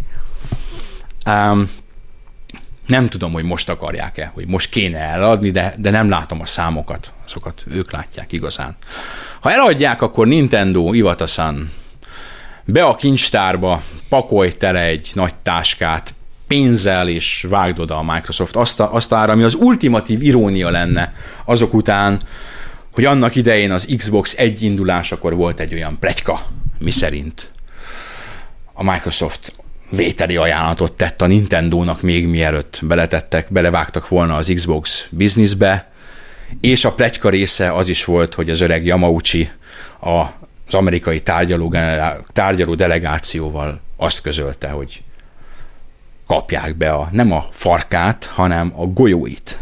Nem tudom, hogy most akarják-e, hogy most kéne eladni, de nem látom a számokat, azokat ők látják igazán. Ha eladják, akkor Nintendo ivatasan be a kincstárba, pakolj tele egy nagy táskát, pénzzel, és vágd oda a Microsoft azt ára, ami az ultimatív irónia lenne azok után, hogy annak idején az Xbox 1 indulásakor volt egy olyan pletyka, miszerint a Microsoft vételi ajánlatot tett a Nintendónak még mielőtt belevágtak volna az Xbox businessbe, és a pletyka része az is volt, hogy az öreg Yamauchi az amerikai tárgyaló delegációval azt közölte, hogy kapják be nem a farkát, hanem a golyóit.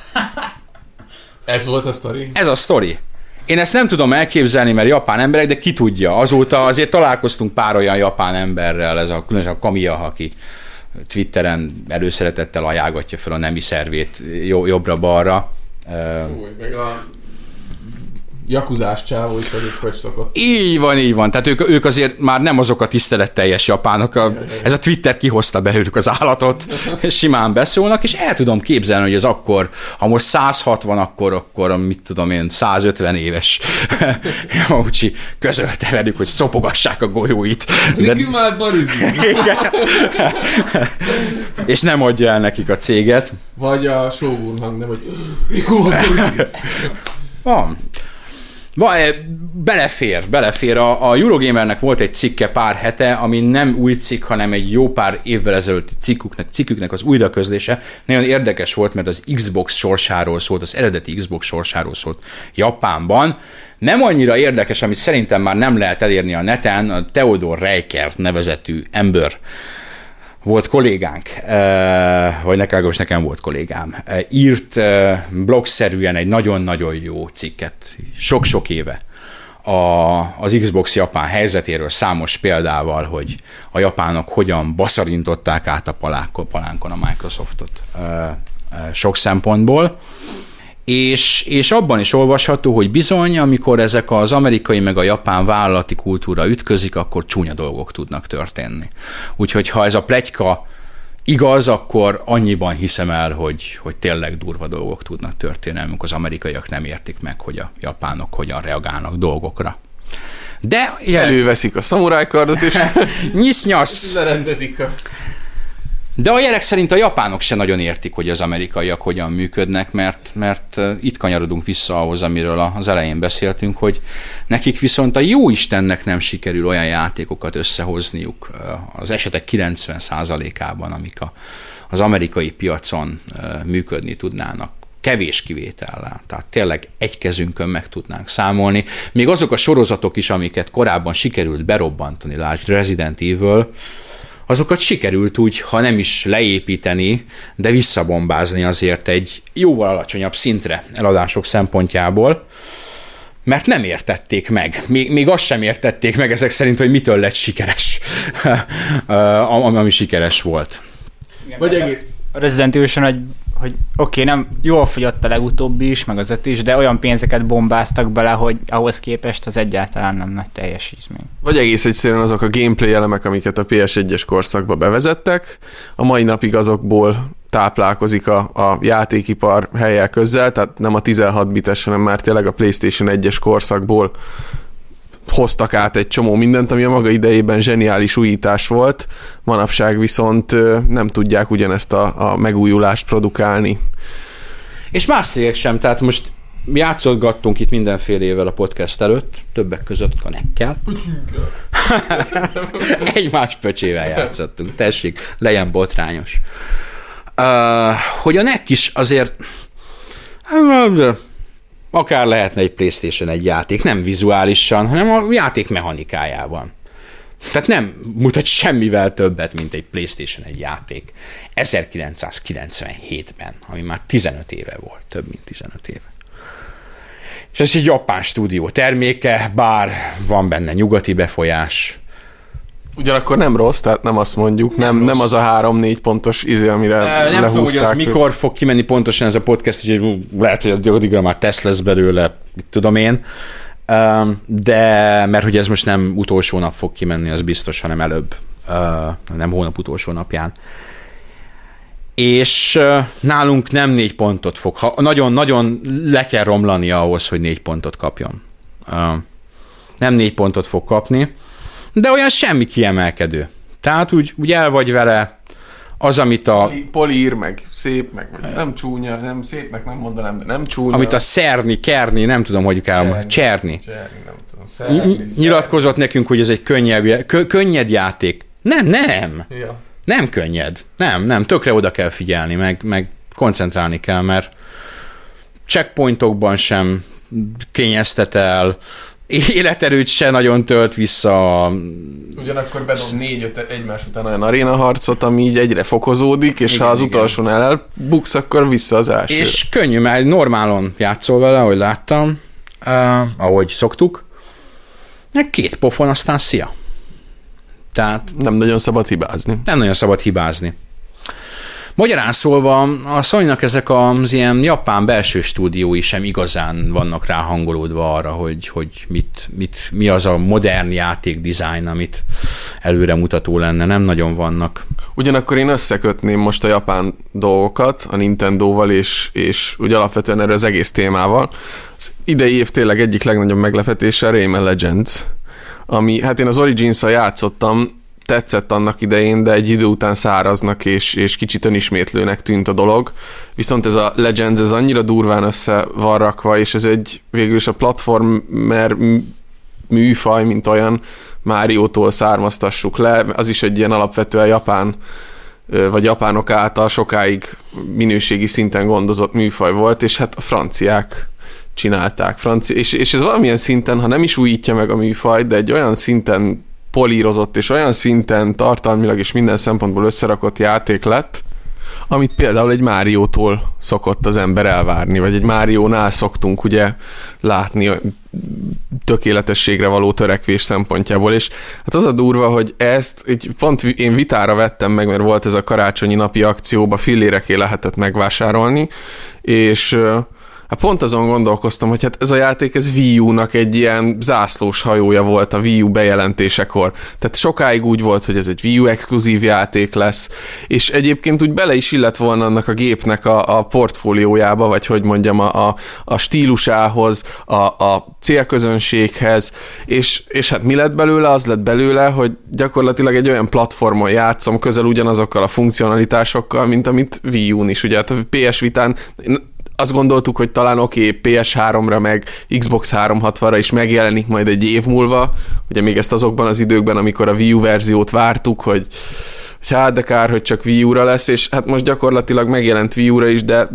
Ez volt a sztori? Ez a sztori. Én ezt nem tudom elképzelni, mert japán emberek, de ki tudja. Azóta azért találkoztunk pár olyan japán emberrel, ez különösen a Kamiya, aki Twitteren előszeretettel ajánlgatja fel a nemi szervét jobbra-balra. Fúj, meg jakuzás csávó is hogy szokott. Így van. Tehát ők azért már nem azok a tiszteletteljes japánok. Ez a Twitter kihozta belőlük az állatot, simán beszólnak, és el tudom képzelni, hogy ez akkor, ha most 160, akkor mit tudom én, 150 éves Yamauchi közölte velük, hogy szopogassák a golyóit. Riki már barizik. És nem adja el nekik a céget. Vagy a Shogun hang, nem, hogy Riki már barizik. Van. Belefér. A Eurogamernek volt egy cikke pár hete, ami nem új cikk, hanem egy jó pár évvel ezelőtti cikküknek az újraközlése. Nagyon érdekes volt, mert az Xbox sorsáról szólt, az eredeti Xbox sorsáról szólt Japánban. Nem annyira érdekes, amit szerintem már nem lehet elérni a neten, a Theodor Reichert nevezetű ember volt kollégánk, vagy nekem volt kollégám, írt blogszerűen egy nagyon-nagyon jó cikket, sok-sok éve az Xbox japán helyzetéről számos példával, hogy a japánok hogyan baszarintották át a palánkon a Microsoftot sok szempontból. És abban is olvasható, hogy bizony, amikor ezek az amerikai meg a japán vállalati kultúra ütközik, akkor csúnya dolgok tudnak történni. Úgyhogy ha ez a pletyka igaz, akkor annyiban hiszem el, hogy tényleg durva dolgok tudnak történni, amikor az amerikaiak nem értik meg, hogy a japánok hogyan reagálnak dolgokra. De előveszik a szamurájkardot, és nyisz-nyasz! lerendezik a... De a jelek szerint a japánok se nagyon értik, hogy az amerikaiak hogyan működnek, mert itt kanyarodunk vissza ahhoz, amiről az elején beszéltünk, hogy nekik viszont a jó Istennek nem sikerül olyan játékokat összehozniuk az esetek 90%-ában, amik az amerikai piacon működni tudnának. Kevés kivétellel. Tehát tényleg egy kezünkön meg tudnánk számolni. Még azok a sorozatok is, amiket korábban sikerült berobbantani, lásd Resident Evil, azokat sikerült úgy, ha nem is leépíteni, de visszabombázni azért egy jóval alacsonyabb szintre eladások szempontjából, mert nem értették meg. Még azt sem értették meg ezek szerint, hogy mitől lett sikeres, ami sikeres volt. Igen, vagy a Resident Evil-son, hogy oké, nem jól fogyott a legutóbbi is, meg az 5 is, de olyan pénzeket bombáztak bele, hogy ahhoz képest az egyáltalán nem nagy teljesítmény. Vagy egész egyszerűen azok a gameplay elemek, amiket a PS1-es korszakba bevezettek, a mai napig azokból táplálkozik a játékipar helyek közzel, tehát nem a 16 bites, hanem már tényleg a PlayStation 1-es korszakból hoztak át egy csomó mindent, ami a maga idejében zseniális újítás volt, manapság viszont nem tudják ugyanezt a megújulást produkálni. És más cégek sem, tehát most játszotgattunk itt mindenfélével a podcast előtt, többek között a Nekkel. Egymás pöcsével játszottunk, tessék, legyen botrányos. Hogy a Nek is azért akár lehetne egy PlayStation egy játék, nem vizuálisan, hanem a játék mechanikájában. Tehát nem mutat semmivel többet, mint egy PlayStation egy játék. 1997-ben, ami már 15 éve volt, több mint 15 éve. És ez egy japán stúdió terméke, bár van benne nyugati befolyás. Ugyanakkor nem rossz, tehát nem azt mondjuk, nem az a 3-4 pontos amire lehúzták. Nem tudom, hogy az mikor fog kimenni pontosan ez a podcast, úgyhogy lehet, hogy addigra már tesz lesz belőle, mit tudom én, de mert hogy ez most nem utolsó nap fog kimenni, az biztos, hanem előbb, nem hónap utolsó napján. És nálunk nem 4 pontot fog, nagyon-nagyon le kell romlani ahhoz, hogy 4 pontot kapjon. Nem 4 pontot fog kapni, de olyan semmi kiemelkedő. Tehát úgy el vagy vele, az, amit a... Polír, meg szép, meg nem csúnya, nem szépnek nem mondanám, de nem csúnya. Amit a Kerni, nem tudom, hogy kell... Cserni. Nem tudom. Nyilatkozott nekünk, hogy ez egy könnyed játék. Nem. Ja. Nem könnyed. Nem. Tökre oda kell figyelni, meg koncentrálni kell, mert checkpointokban sem kényeztet el, életerőt se nagyon tölt vissza. Ugyanakkor bedob 4-5 egymás után olyan arénaharcot, ami így egyre fokozódik, és igen, ha az utolsón elbuksz, akkor vissza az elsőre. És könnyű, mert normálon játszol vele, ahogy láttam, ahogy szoktuk, meg 2 pofon, aztán szia. Tehát nem nagyon szabad hibázni. Nem nagyon szabad hibázni. Magyarán szólva a Sony-nak ezek az ilyen japán belső stúdiói sem igazán vannak rá hangolódva arra, hogy mi az a modern játékdizájn, amit előremutató lenne, nem nagyon vannak. Ugyanakkor én összekötném most a japán dolgokat a Nintendóval, és úgy alapvetően erről az egész témával. Az idei év tényleg egyik legnagyobb meglepetése a Rayman Legends, ami, hát én az Origins-szal játszottam, tetszett annak idején, de egy idő után száraznak és kicsit önismétlőnek tűnt a dolog. Viszont ez a Legends, ez annyira durván össze van rakva, és ez egy végül is a platformer műfaj, mint olyan, Máriótól származtassuk le, az is egy ilyen alapvetően japán, vagy japánok által sokáig minőségi szinten gondozott műfaj volt, és hát a franciák csinálták. És ez valamilyen szinten, ha nem is újítja meg a műfajt, de egy olyan szinten polírozott, és olyan szinten tartalmilag és minden szempontból összerakott játék lett, amit például egy Máriótól szokott az ember elvárni, vagy egy Máriónál szoktunk ugye látni tökéletességre való törekvés szempontjából, és hát az a durva, hogy ezt pont én vitára vettem meg, mert volt ez a karácsonyi napi akcióba, filléreké lehetett megvásárolni, és hát pont azon gondolkoztam, hogy hát ez a játék, ez Wii U-nak egy ilyen zászlós hajója volt a Wii U bejelentésekor. Tehát sokáig úgy volt, hogy ez egy Wii U exkluzív játék lesz, és egyébként úgy bele is illett volna annak a gépnek a portfóliójába, vagy hogy mondjam, a stílusához, a célközönséghez, és hát mi lett belőle? Az lett belőle, hogy gyakorlatilag egy olyan platformon játszom közel ugyanazokkal a funkcionalitásokkal, mint amit Wii U-n is. Ugye hát a PS Vitán azt gondoltuk, hogy talán PS3-ra meg Xbox 360-ra is megjelenik majd egy év múlva, ugye még ezt azokban az időkben, amikor a Wii U verziót vártuk, hogy hát de kár, hogy csak Wii U-ra lesz, és hát most gyakorlatilag megjelent Wii U-ra is, de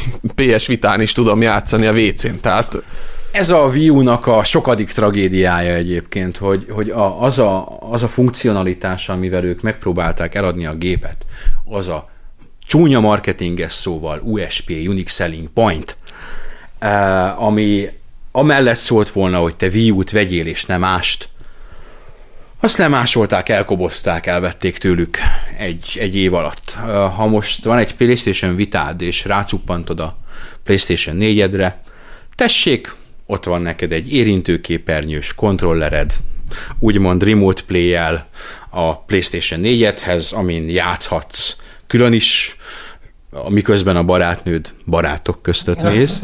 PS Vitán is tudom játszani a WC-n, tehát... Ez a Wii U-nak a sokadik tragédiája egyébként, hogy az a funkcionalitás, amivel ők megpróbálták eladni a gépet, az a csúnya marketinges szóval USP, Unique Selling Point, ami amellett szólt volna, hogy te Wii U-t vegyél és nem mást, azt lemásolták, elkobozták, elvették tőlük egy év alatt. Ha most van egy PlayStation Vitád, és rácuppantod a PlayStation 4-edre, tessék, ott van neked egy érintőképernyős kontrollered, úgymond remote play-jel a PlayStation 4-edhez, amin játszhatsz külön is, miközben a barátnőd barátok között néz.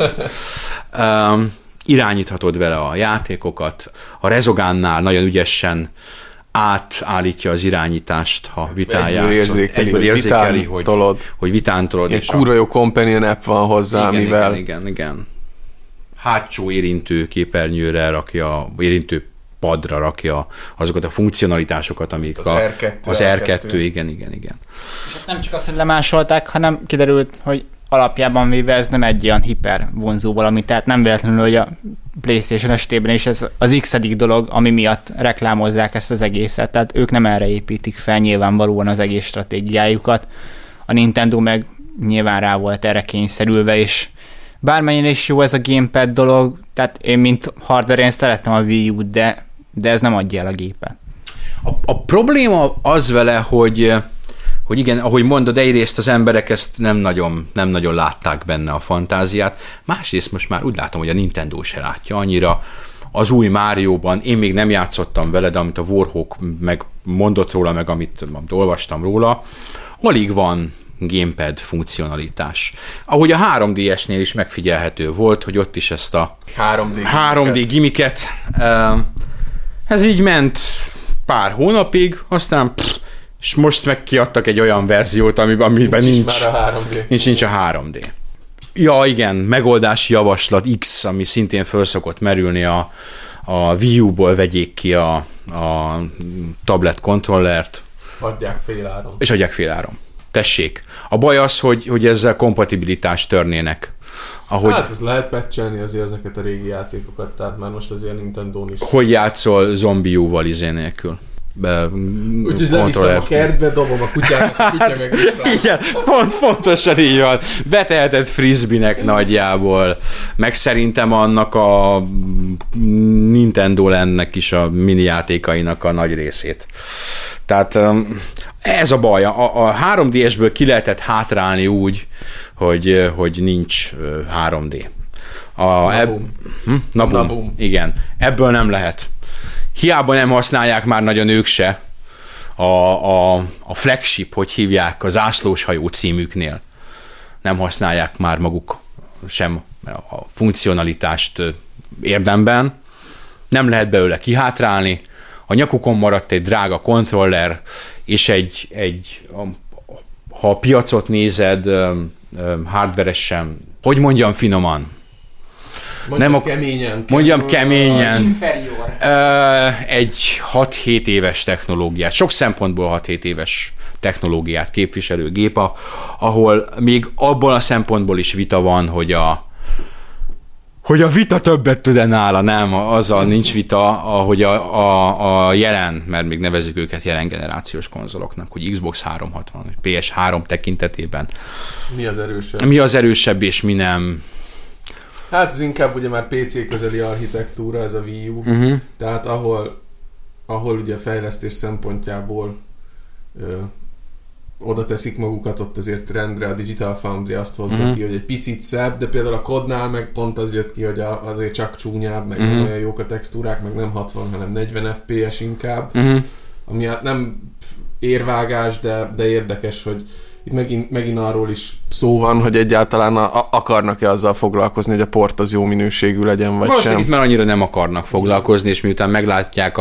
Irányíthatod vele a játékokat. A Resogunnál nagyon ügyesen átállítja az irányítást, ha vitán játszol. Egyből érzékeli, hogy vitán tolod. Ilyen kurva jó companion app van hozzá, amivel... Igen. Hátsó érintő képernyőre rakja, érintő padra rakja azokat a funkcionalitásokat, amik az R2, igen. És nem csak azt, hogy lemásolták, hanem kiderült, hogy alapjában véve ez nem egy olyan hiper vonzó valami, tehát nem véletlenül, hogy a PlayStation esetében is ez az x-edik dolog, ami miatt reklámozzák ezt az egészet, tehát ők nem erre építik fel nyilvánvalóan az egész stratégiájukat. A Nintendo meg nyilván rá volt erre kényszerülve, és bármennyire is jó ez a gamepad dolog, tehát én mint hardware én szerettem a Wii U-t, de ez nem adja el a gépet. A probléma az vele, hogy igen, ahogy mondod, egyrészt az emberek ezt nem nagyon látták benne a fantáziát, másrészt most már úgy látom, hogy a Nintendo se látja annyira. Az új Márióban én még nem játszottam vele, de amit a Warhawk meg mondott róla, meg amit olvastam róla, alig van gamepad funkcionalitás. Ahogy a 3DS-nél is megfigyelhető volt, hogy ott is ezt a 3D gimmicket, ez így ment pár hónapig, aztán és most meg kiadtak egy olyan verziót, amiben nincs a 3D. Ja, igen, megoldási javaslat X, ami szintén föl szokott merülni a Wii U-ból vegyék ki a tablet kontrollert. Adják féláron. És adják féláron. Tessék. A baj az, hogy ezzel kompatibilitást törnének. Hát ez lehet patchelni azért ezeket a régi játékokat, tehát már most azért Nintendón is. Hogy játszol zombiúval nélkül? Úgyhogy leviszem a kertbe, dobom a kutyának, a kutya meg vissza. Igen, pontosan így van. Beteheted frisbee-nek nagyjából. Meg szerintem annak a Nintendo Landnek is a mini játékainak a nagy részét Tehát ez a baj. A 3DS-ből ki lehetett hátrálni úgy, hogy nincs 3D. Nabum. Igen. Ebből nem lehet. Hiába nem használják már nagyon ők se a flagship, hogy hívják, a zászlós hajó címüknél. Nem használják már maguk sem a funkcionalitást érdemben. Nem lehet belőle kihátrálni. A nyakukon maradt egy drága kontroller, és ha a piacot nézed hardveresen, hogy mondjam finoman, Mondjam keményen. Egy 6-7 éves technológiát, sok szempontból 6-7 éves technológiát képviselő gép, ahol még abban a szempontból is vita van, hogy a vita többet tud-e nála, nem, azzal nincs vita, hogy a jelen, mert még nevezzük őket jelen generációs konzoloknak, hogy Xbox 360, vagy PS3 tekintetében. Mi az erősebb, és mi nem. Hát ez inkább ugye már PC közeli architektúra, ez a Wii U, tehát ahol ugye a fejlesztés szempontjából oda teszik magukat, ott azért rendre a Digital Foundry azt hozza ki, hogy egy picit szebb, de például a COD-nál meg pont az jött ki, hogy azért csak csúnyább, meg nem olyan jók a textúrák, meg nem 60, hanem 40 FPS inkább, ami hát nem érvágás, de érdekes, hogy itt megint arról is szó van, hogy egyáltalán akarnak-e azzal foglalkozni, hogy a port az jó minőségű legyen, vagy sem. Itt már annyira nem akarnak foglalkozni, és miután meglátják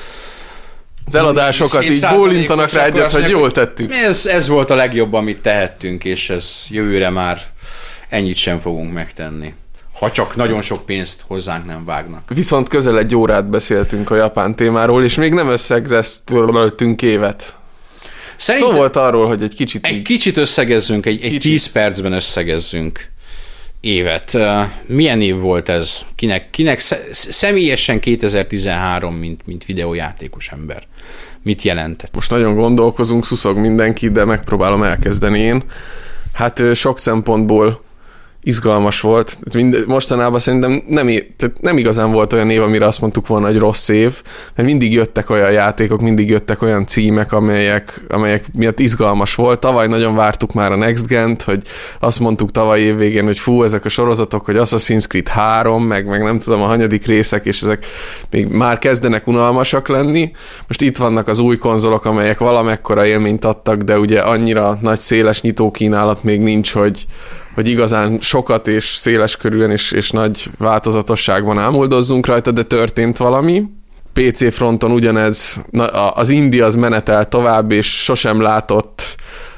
az eladásokat, így bólintanak rá egyet, hogy jól tettük. Ez volt a legjobb, amit tehettünk, és ez jövőre már ennyit sem fogunk megtenni. Ha csak nagyon sok pénzt hozzánk nem vágnak. Viszont közel 1 órát beszéltünk a japán témáról, és még nem összegeztünk évet. Szó volt arról, hogy egy kicsit összegezzünk, egy 10 percben összegezzünk évet. Milyen év volt ez? Kinek személyesen 2013, mint videójátékos ember? Mit jelentett? Most nagyon gondolkozunk, szuszog mindenki, de megpróbálom elkezdeni én. Hát sok szempontból izgalmas volt. Mostanában szerintem nem igazán volt olyan év, amire azt mondtuk volna, hogy rossz év, mert mindig jöttek olyan játékok, mindig jöttek olyan címek, amelyek miatt izgalmas volt. Tavaly nagyon vártuk már a Next Gen-t, hogy azt mondtuk tavaly év végén, hogy fú, ezek a sorozatok, hogy Assassin's Creed 3, meg nem tudom a hanyadik részek, és ezek még már kezdenek unalmasak lenni. Most itt vannak az új konzolok, amelyek valamekkora élményt adtak, de ugye annyira nagy széles nyitókínálat még nincs, hogy igazán sokat és széles körűen és nagy változatosságban ámuldozzunk rajta, de történt valami. PC fronton ugyanez, az indie az menetel tovább, és sosem látott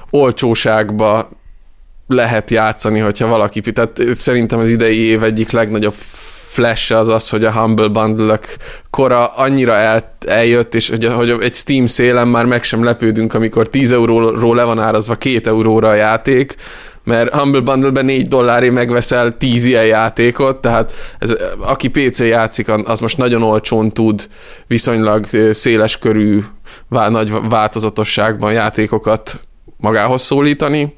olcsóságba lehet játszani, hogyha valaki, tehát szerintem az idei év egyik legnagyobb flash az, hogy a Humble Bundle-ök kora annyira eljött, és hogy egy Steam szélen már meg sem lepődünk, amikor 10 euróról le van árazva 2 euróra a játék, mert Humble Bundle-ben $4 megveszel 10 ilyen játékot, tehát aki PC játszik, az most nagyon olcsón tud viszonylag széles körű, nagy változatosságban játékokat magához szólítani.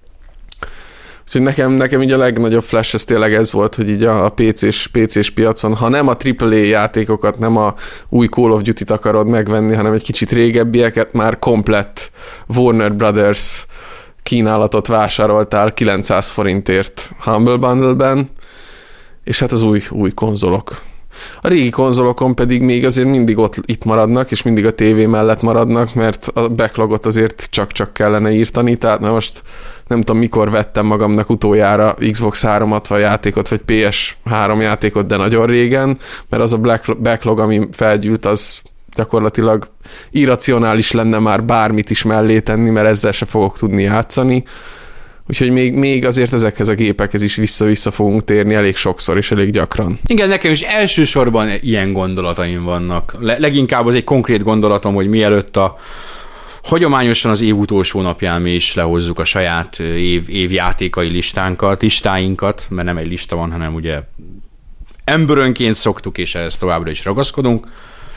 Úgyhogy nekem így a legnagyobb flash ez tényleg ez volt, hogy így a PC-s piacon, ha nem a AAA játékokat, nem a új Call of Duty-t akarod megvenni, hanem egy kicsit régebbieket, már komplett Warner Brothers kínálatot vásároltál 900 forintért Humble Bundle-ben, és hát az új konzolok. A régi konzolokon pedig még azért mindig itt maradnak, és mindig a tévé mellett maradnak, mert a backlogot azért csak kellene írtani, tehát most nem tudom, mikor vettem magamnak utoljára Xbox 360 játékot, vagy PS3 játékot, de nagyon régen, mert az a backlog, ami felgyűlt, az gyakorlatilag irracionális lenne már bármit is mellé tenni, mert ezzel se fogok tudni játszani. Úgyhogy még azért ezekhez a gépekhez is vissza-vissza fogunk térni elég sokszor és elég gyakran. Igen, nekem is elsősorban ilyen gondolataim vannak. Leginkább az egy konkrét gondolatom, hogy mielőtt hagyományosan az év utolsó napján mi is lehozzuk a saját évjátékai listáinkat, mert nem egy lista van, hanem ugye emberönként szoktuk, és ehhez továbbra is ragaszkodunk,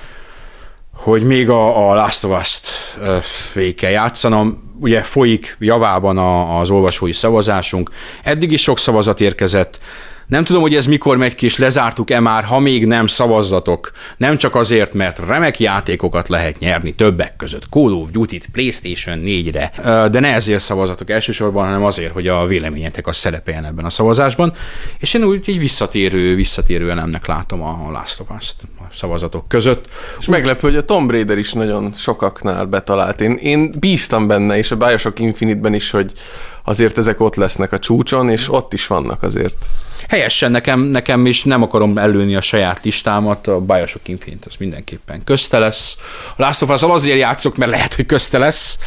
hogy még a Last of Us-t végig kell játszanom. Ugye folyik javában az olvasói szavazásunk. Eddig is sok szavazat érkezett, Nem tudom, hogy ez mikor megy ki, és lezártuk-e már, ha még nem, szavazzatok. Nem csak azért, mert remek játékokat lehet nyerni többek között. Call of Duty-t PlayStation 4-re. De ne ezért szavazzatok elsősorban, hanem azért, hogy a véleményetek az szerepeljen ebben a szavazásban. És én úgy egy visszatérő elemnek látom a Last of Us-t a szavazatok között. És meglepő, hogy a Tomb Raider is nagyon sokaknál betalált. Én bíztam benne, és a Bioshock Infinite-ben is, hogy azért ezek ott lesznek a csúcson, és ott is vannak azért. Helyesen nekem is nem akarom előni a saját listámat, a Bioshock Infinite az mindenképpen közte lesz. A Last of Us-al azért játszok, mert lehet, hogy közte lesz.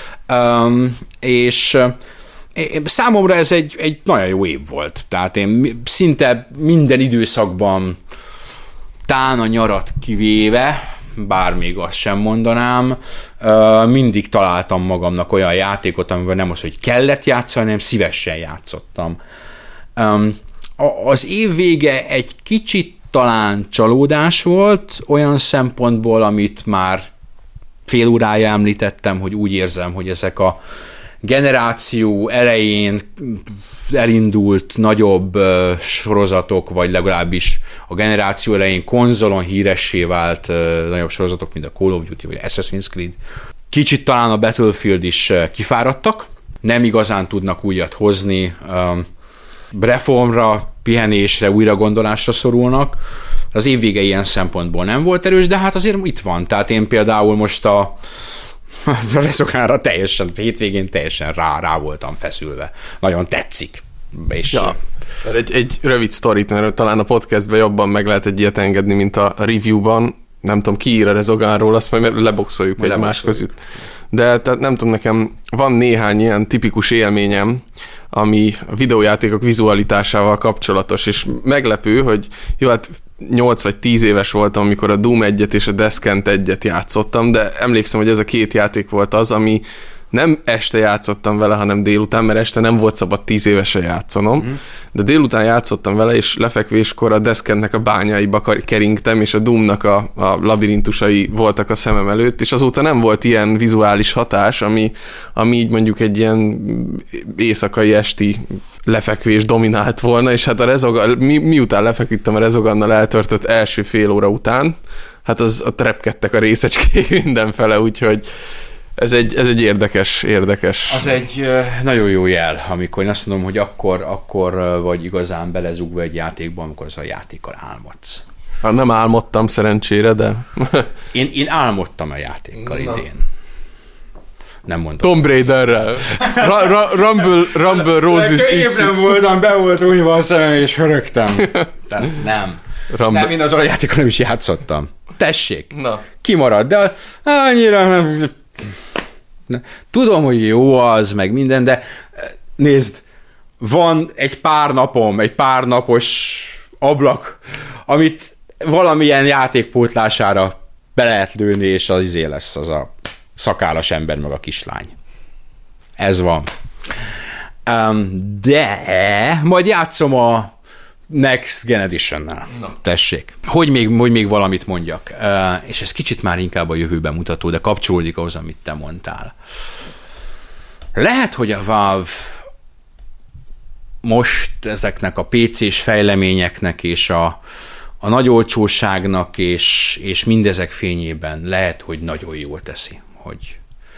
És számomra ez egy nagyon jó év volt. Tehát én szinte minden időszakban, tán a nyarat kivéve, bár még azt sem mondanám, mindig találtam magamnak olyan játékot, amivel nem az, hogy kellett játszani, hanem szívesen játszottam. Az év vége egy kicsit talán csalódás volt, olyan szempontból, amit már fél órája említettem, hogy úgy érzem, hogy ezek a generáció elején elindult nagyobb sorozatok, vagy legalábbis a generáció elején konzolon híressé vált nagyobb sorozatok, mint a Call of Duty, vagy Assassin's Creed. Kicsit talán a Battlefield is kifáradtak, nem igazán tudnak újat hozni, reformra, pihenésre, újragondolásra szorulnak. Az év vége ilyen szempontból nem volt erős, de hát azért itt van. Tehát én például most a Resogunra hétvégén teljesen rá voltam feszülve. Nagyon tetszik. És ja, egy rövid sztorit, mert talán a podcastben jobban meg lehet egy ilyet engedni, mint a reviewban. Nem tudom, ki ír a Resogunról, azt majd leboxoljuk egymás között. De tehát nem tudom, nekem van néhány ilyen tipikus élményem, ami a videójátékok vizualitásával kapcsolatos, és meglepő, hogy jó, hát 8 vagy 10 éves voltam, amikor a Doom 1-et és a Descent 1-et játszottam, de emlékszem, hogy ez a két játék volt az, ami nem este játszottam vele, hanem délután, mert este nem volt szabad 10 évesen játszanom, de délután játszottam vele, és lefekvéskor a Descentnek a bányáiba keringtem, és a Doomnak a labirintusai voltak a szemem előtt, és azóta nem volt ilyen vizuális hatás, ami így mondjuk egy ilyen éjszakai esti lefekvés dominált volna, és hát a Resogun, miután lefeküdtem a Resogannal eltöltött első fél óra után, hát ott repkedtek a részecskék mindenfele, úgyhogy ez egy érdekes. Az egy nagyon jó jel, amikor én azt mondom, hogy akkor vagy igazán belezugva egy játékba, amikor az a játékkal álmodsz. Nem álmodtam szerencsére, de... Én álmodtam a játékkal idén. Nem mondom. Tomb Raiderrel. Rumble Roses XX. Évben voltam, be volt újva a szemem, és hörögtem. Nem. Nem, én azon a játékkal nem is játszottam. Tessék. Na. Kimarad, de annyira nem... Tudom, hogy jó az, meg minden, de nézd, van egy pár napos ablak, amit valamilyen játékpótlására be lehet lőni, és az izé lesz az a szakállas ember, meg a kislány. Ez van. De majd játszom a Next Gen Edition-nel. Tessék. Hogy még valamit mondjak. És ez kicsit már inkább a jövőben mutató, de kapcsolódik ahhoz, amit te mondtál. Lehet, hogy a Valve most ezeknek a PC-s fejleményeknek és a nagy olcsóságnak és mindezek fényében lehet, hogy nagyon jól teszi, hogy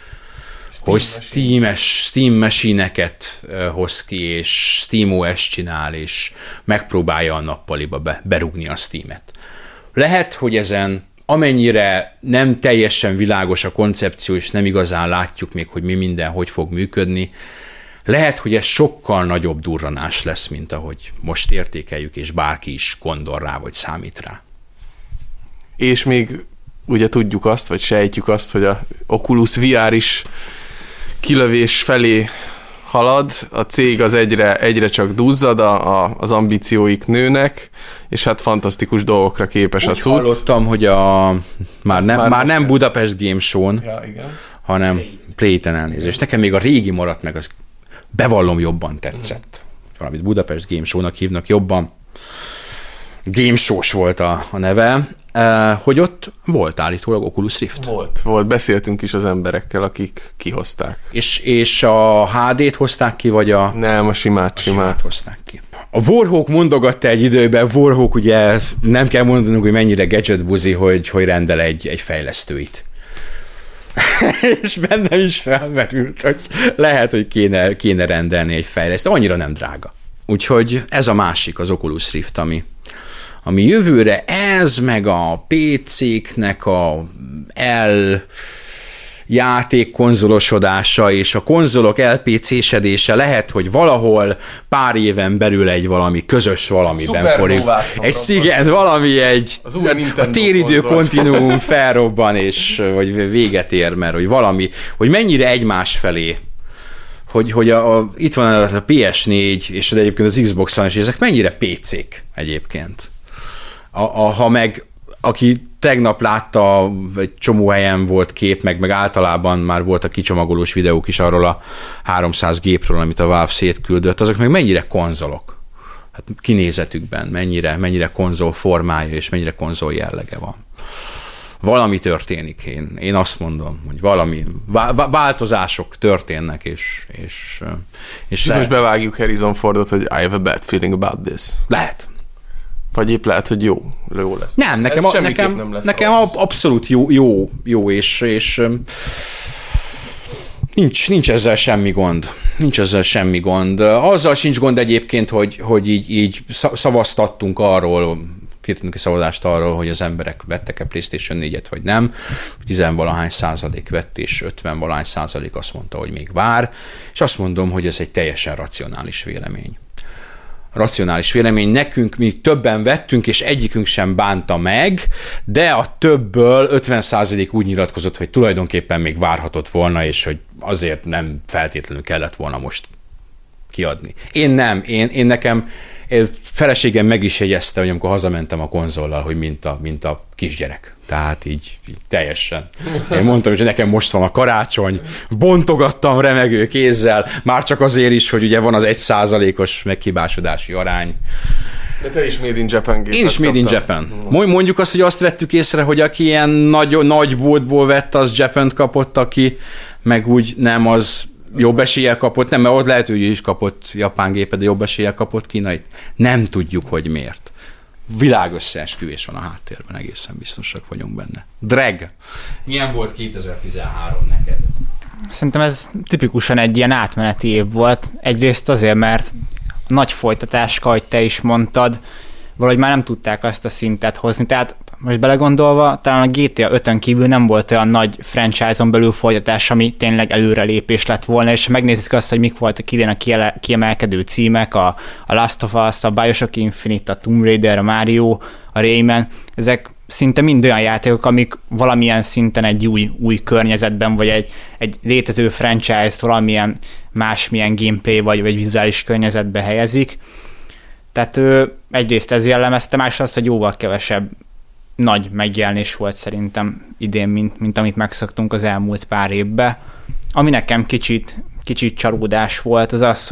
Steam machine-eket hoz ki, és SteamOS csinál, és megpróbálja a nappaliba berúgni a Steam-et. Lehet, hogy ezen amennyire nem teljesen világos a koncepció, és nem igazán látjuk még, hogy mi minden hogy fog működni, lehet, hogy ez sokkal nagyobb durranás lesz, mint ahogy most értékeljük, és bárki is gondol rá, vagy számít rá. És még ugye tudjuk azt, vagy sejtjük azt, hogy a Oculus VR is kilövés felé halad, a cég az egyre csak duzzad, az ambícióik nőnek, és hát fantasztikus dolgokra képes a cucc. Hallottam, hogy már nem Budapest Game Show-n, hanem Play-ten elnézést. Nekem még a régi maradt meg, az bevallom jobban tetszett. Valamit Budapest Game Show-nak hívnak jobban. Game Show-s volt a neve, hogy ott volt állítólag Oculus Rift. Volt. Beszéltünk is az emberekkel, akik kihozták. És a HD-t hozták ki, vagy Nem, a simát hozták ki. A Warhawk mondogatta egy időben, Warhawk ugye nem kell mondanunk, hogy mennyire gadgetbuzi, hogy rendel egy fejlesztőit. És bennem is felmerült, hogy lehet, hogy kéne rendelni egy fejlesztőt, annyira nem drága. Úgyhogy ez a másik, az Oculus Rift, ami jövőre ez, meg a PC-knek a játékkonzolosodása és a konzolok LPC-sedése lehet, hogy valahol pár éven belül egy valami közös valamiben forog. Igen, valami a téridő kontinuum felrobban, és vagy véget ér, mert hogy valami, hogy mennyire egymás felé, hogy itt van a PS4, és egyébként az Xbox One, és ezek mennyire PC-k egyébként. Ha meg aki tegnap látta, egy csomó helyen volt kép, meg általában már voltak kicsomagolós videók is arról a 300 gépről, amit a Valve szétküldött, azok meg mennyire konzolok. Hát kinézetükben, mennyire konzol formája, és mennyire konzol jellege van. Valami történik, én azt mondom, hogy valami változások történnek, és most bevágjuk Harrison Fordot, hogy I have a bad feeling about this. Lehet. Vagy épp lehet, hogy jó lesz. Nem, nekem abszolút jó és nincs ezzel semmi gond. Azzal sincs gond egyébként, hogy így szavaztattunk arról, kértünk egy szavazást arról, hogy az emberek vettek-e PlayStation 4-et, vagy nem. 10-valahány százalék vett, és 50-valahány százalék azt mondta, hogy még vár. És azt mondom, hogy ez egy teljesen racionális vélemény. Nekünk mi többen vettünk, és egyikünk sem bánta meg, de a többből 50% úgy nyilatkozott, hogy tulajdonképpen még várhatott volna, és hogy azért nem feltétlenül kellett volna most kiadni. Én nem. Én nekem feleségem meg is jegyezte, hogy amikor hazamentem a konzollal, hogy mint a kisgyerek. Tehát így teljesen. Én mondtam, hogy nekem most van a karácsony, bontogattam remegő kézzel, már csak azért is, hogy ugye van az 1%-os meghibásodási arány. De te is Made in Japan gépet. Én is Made in Japan. Mondjuk azt, hogy azt vettük észre, hogy aki ilyen nagy boltból vett, az Japant kapott, aki meg úgy nem, az jobb eséllyel kapott, nem, mert ott lehet, hogy is kapott japán gépet, de jobb eséllyel kapott kínait. Nem tudjuk, hogy miért. Világösszeesküvés van a háttérben, egészen biztosak vagyunk benne. Drag, milyen volt 2013 neked? Szerintem ez tipikusan egy ilyen átmeneti év volt. Egyrészt azért, mert nagy folytatás, ahogy te is mondtad, valahogy már nem tudták azt a szintet hozni. Tehát most belegondolva, talán a GTA 5-ön kívül nem volt olyan nagy franchise-on belül folytatás, ami tényleg előrelépés lett volna, és megnézzük azt, hogy mik voltak idén a kiemelkedő címek, a Last of Us, a Bioshock Infinite, a Tomb Raider, a Mario, a Rayman, ezek szinte mind olyan játékok, amik valamilyen szinten egy új környezetben, vagy egy létező franchise-t valamilyen másmilyen gameplay, vagy vizuális környezetbe helyezik. Tehát egyrészt ez jellemezte, másrészt, hogy jóval kevesebb nagy megjelenés volt szerintem idén, mint amit megszoktunk az elmúlt pár évben. Ami nekem kicsit csalódás volt, az az,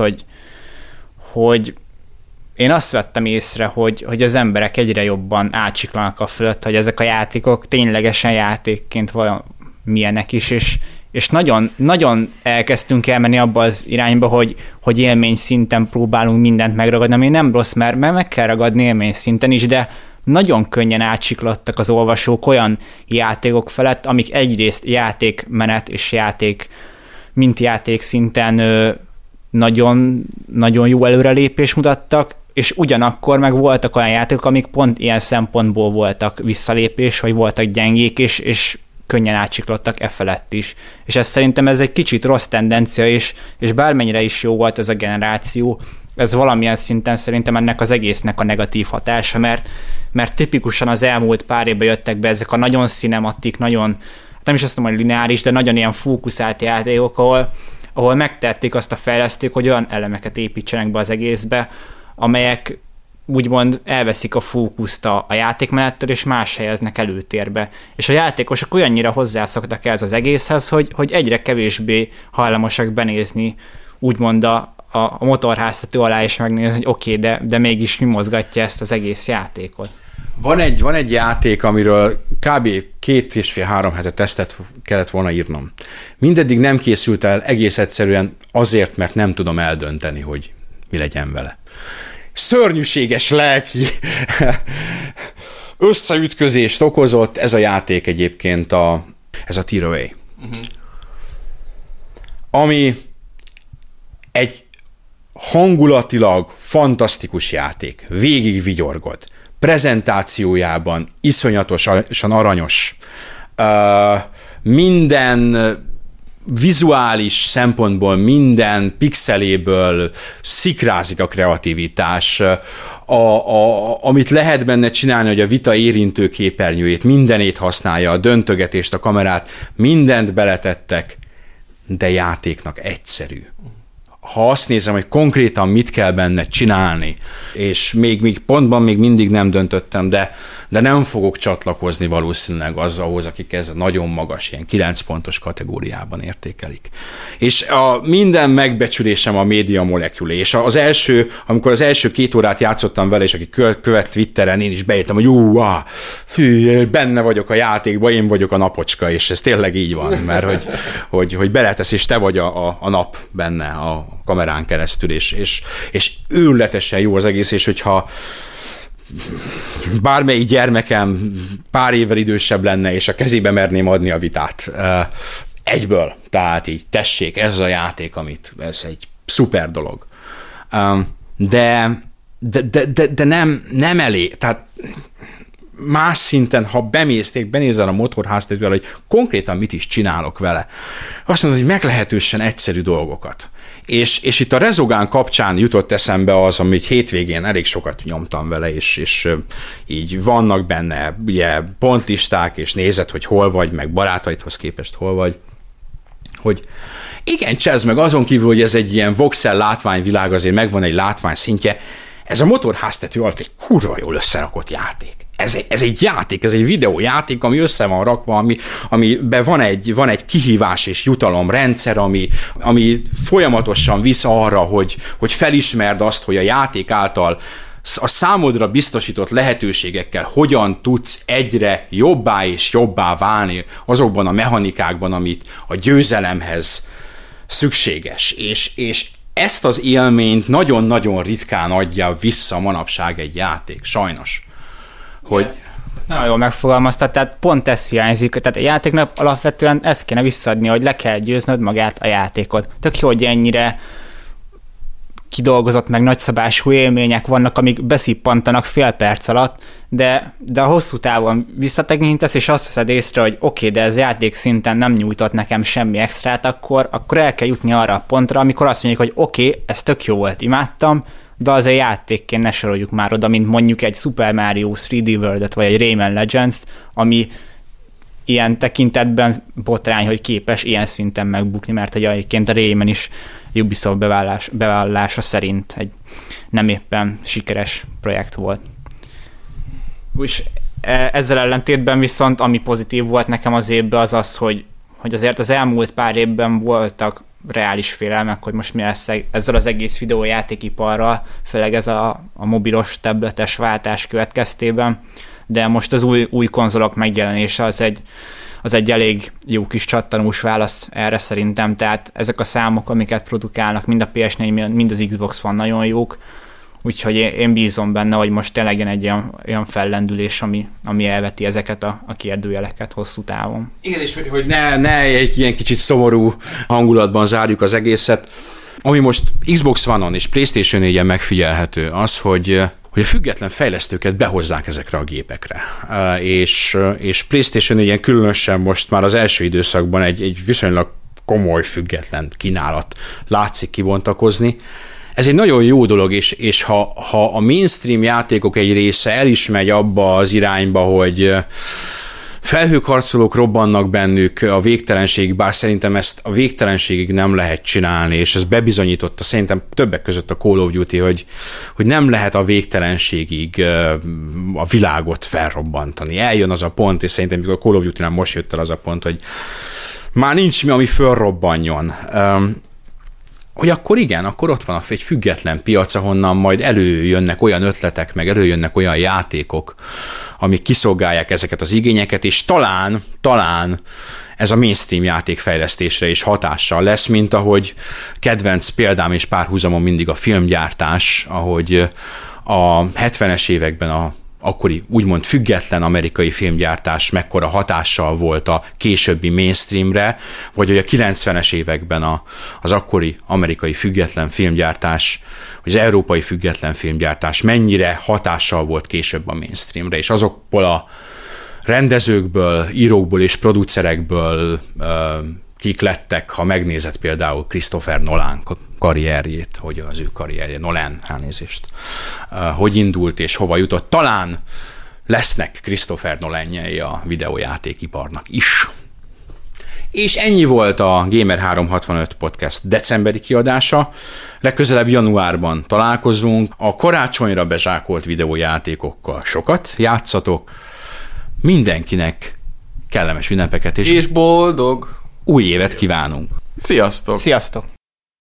hogy én azt vettem észre, hogy az emberek egyre jobban átsiklanak a fölött, hogy ezek a játékok ténylegesen játékként milyenek is, és nagyon, nagyon elkezdtünk elmenni abba az irányba, hogy élmény szinten próbálunk mindent megragadni, ami nem rossz, mert meg kell ragadni élmény szinten is, de nagyon könnyen átsiklottak az olvasók olyan játékok felett, amik egyrészt játékmenet és mint játék szinten nagyon, nagyon jó előrelépés mutattak, és ugyanakkor meg voltak olyan játékok, amik pont ilyen szempontból voltak visszalépés, vagy voltak gyengék, és könnyen átsiklottak e felett is. És szerintem ez egy kicsit rossz tendencia, és bármennyire is jó volt ez a generáció, ez valamilyen szinten szerintem ennek az egésznek a negatív hatása, mert tipikusan az elmúlt pár évben jöttek be ezek a nagyon cinematik, nagyon, nem is azt mondom, hogy lineáris, de nagyon ilyen fókuszált játékok, ahol megtették azt a fejlesztők, hogy olyan elemeket építsenek be az egészbe, amelyek úgymond elveszik a fókuszt a játékmenettől, és más helyeznek előtérbe. És a játékosok olyannyira hozzászoktak ez az egészhez, hogy egyre kevésbé hajlamosak benézni úgymond a motorháztető alá is megnézni, hogy oké, de mégis mi mozgatja ezt az egész játékot. Van egy játék, amiről kb. 2,5-3 hete tesztet kellett volna írnom. Mindeddig nem készült el egész egyszerűen azért, mert nem tudom eldönteni, hogy mi legyen vele. szörnyűséges lelki összeütközést okozott. Ez a játék egyébként ez a Tear Away. Ami egy hangulatilag fantasztikus játék. Végig vigyorgod. Prezentációjában iszonyatosan aranyos. Minden vizuális szempontból, minden pixeléből szikrázik a kreativitás. Amit lehet benne csinálni, hogy a vita érintő képernyőjét, mindenét használja, a döntögetést, a kamerát, mindent beletettek, de játéknak egyszerű. Ha azt nézem, hogy konkrétan mit kell benne csinálni, és még pontban még mindig nem döntöttem, de nem fogok csatlakozni valószínűleg ahhoz, akik ez nagyon magas, ilyen 9 pontos kategóriában értékelik. És a minden megbecsülésem a Media Molecule, és amikor az első 2 órát játszottam vele, és aki követ Twitteren, én is beírtam, hogy benne vagyok a játékban, én vagyok a napocska, és ez tényleg így van, mert hogy beletesz, és te vagy a nap benne a kamerán keresztül, és őrületesen jó az egész, és hogyha bármelyik gyermekem pár évvel idősebb lenne, és a kezébe merném adni a vitát egyből, tehát így tessék, ez a játék, ez egy szuper dolog. De nem elég, tehát más szinten, ha benézzel a Motorháztetővel, hogy konkrétan mit is csinálok vele, azt mondod, hogy meglehetősen egyszerű dolgokat. És itt a Resogun kapcsán jutott eszembe az, amit hétvégén elég sokat nyomtam vele, és így vannak benne ugye pontlisták, és nézed, hogy hol vagy, meg barátaidhoz képest hol vagy, hogy igen, csezd meg, azon kívül, hogy ez egy ilyen voxel látványvilág, azért megvan egy látvány szintje, ez a Motorháztető alatt egy kurva jól összerakott játék. Ez egy játék, ez egy videójáték, ami össze van rakva, amiben van egy kihívás és jutalomrendszer, ami folyamatosan visz arra, hogy felismerd azt, hogy a játék által a számodra biztosított lehetőségekkel hogyan tudsz egyre jobbá és jobbá válni azokban a mechanikákban, amit a győzelemhez szükséges. És ezt az élményt nagyon-nagyon ritkán adja vissza manapság egy játék, sajnos. Hogy... Ezt nagyon jól megfogalmaztad, tehát pont ez hiányzik, tehát a játéknak alapvetően ezt kéne visszaadni, hogy le kell győznöd magát a játékot. Tök jó, hogy ennyire kidolgozott, meg nagyszabású élmények vannak, amik beszippantanak fél perc alatt, de a hosszú távon visszatekintesz, és azt veszed észre, hogy oké, de ez játék szinten nem nyújtott nekem semmi extrát, akkor el kell jutni arra a pontra, amikor azt mondjuk, hogy oké, ez tök jó volt, imádtam, de azért játékként ne soroljuk már oda, mint mondjuk egy Super Mario 3D World-et, vagy egy Rayman Legends, ami ilyen tekintetben botrány, hogy képes ilyen szinten megbukni, mert hogy egyébként a Rayman is Ubisoft bevallása szerint egy nem éppen sikeres projekt volt. És ezzel ellentétben viszont, ami pozitív volt nekem az évben, az, hogy azért az elmúlt pár évben voltak reális félelmek, hogy most mi lesz ezzel az egész videójátékiparral, főleg ez a mobilos, tabletes váltás következtében, de most az új konzolok megjelenése az egy elég jó kis csattanós válasz erre szerintem, tehát ezek a számok, amiket produkálnak, mind a PS4, mind az Xbox One nagyon jók, úgyhogy én bízom benne, hogy most tényleg jön egy olyan fellendülés, ami elveti ezeket a kérdőjeleket hosszú távon. Igen, és hogy ne egy ilyen kicsit szomorú hangulatban zárjuk az egészet. Ami most Xbox One-on és PlayStation 4-en megfigyelhető az, hogy a független fejlesztőket behozzák ezekre a gépekre. És PlayStation 4-en különösen most már az első időszakban egy viszonylag komoly független kínálat látszik kibontakozni. Ez egy nagyon jó dolog, és ha a mainstream játékok egy része el is megy abba az irányba, hogy felhőkarcolók robbannak bennük a végtelenségig, bár szerintem ezt a végtelenségig nem lehet csinálni, és ez bebizonyította szerintem többek között a Call of Duty, hogy nem lehet a végtelenségig a világot felrobbantani. Eljön az a pont, és szerintem a Call of Duty-nál most jött el az a pont, hogy már nincs mi, ami felrobbanjon. Hogy akkor igen, akkor ott van egy független piac, ahonnan majd előjönnek olyan ötletek, meg előjönnek olyan játékok, amik kiszolgálják ezeket az igényeket, és talán ez a mainstream játékfejlesztésre is hatással lesz, mint ahogy kedvenc példám és párhuzamon mindig a filmgyártás, ahogy a 70-es években a akkori úgymond független amerikai filmgyártás mekkora hatással volt a későbbi mainstreamre, vagy hogy a 90-es években az akkori amerikai független filmgyártás, vagy az európai független filmgyártás mennyire hatással volt később a mainstreamre, és azokból a rendezőkből, írókból és producerekből kik lettek, ha megnézed például Christopher Nolan karrierjét, hogy az ő karrierje, Nolan, elnézést, hogy indult és hova jutott. Talán lesznek Christopher Nolanjei a videójátékiparnak is. És ennyi volt a Gamer365 Podcast decemberi kiadása. Legközelebb januárban találkozunk. A karácsonyra bezsákolt videójátékokkal sokat játszatok. Mindenkinek kellemes ünnepeket és boldog új évet kívánunk. Sziasztok! Sziasztok!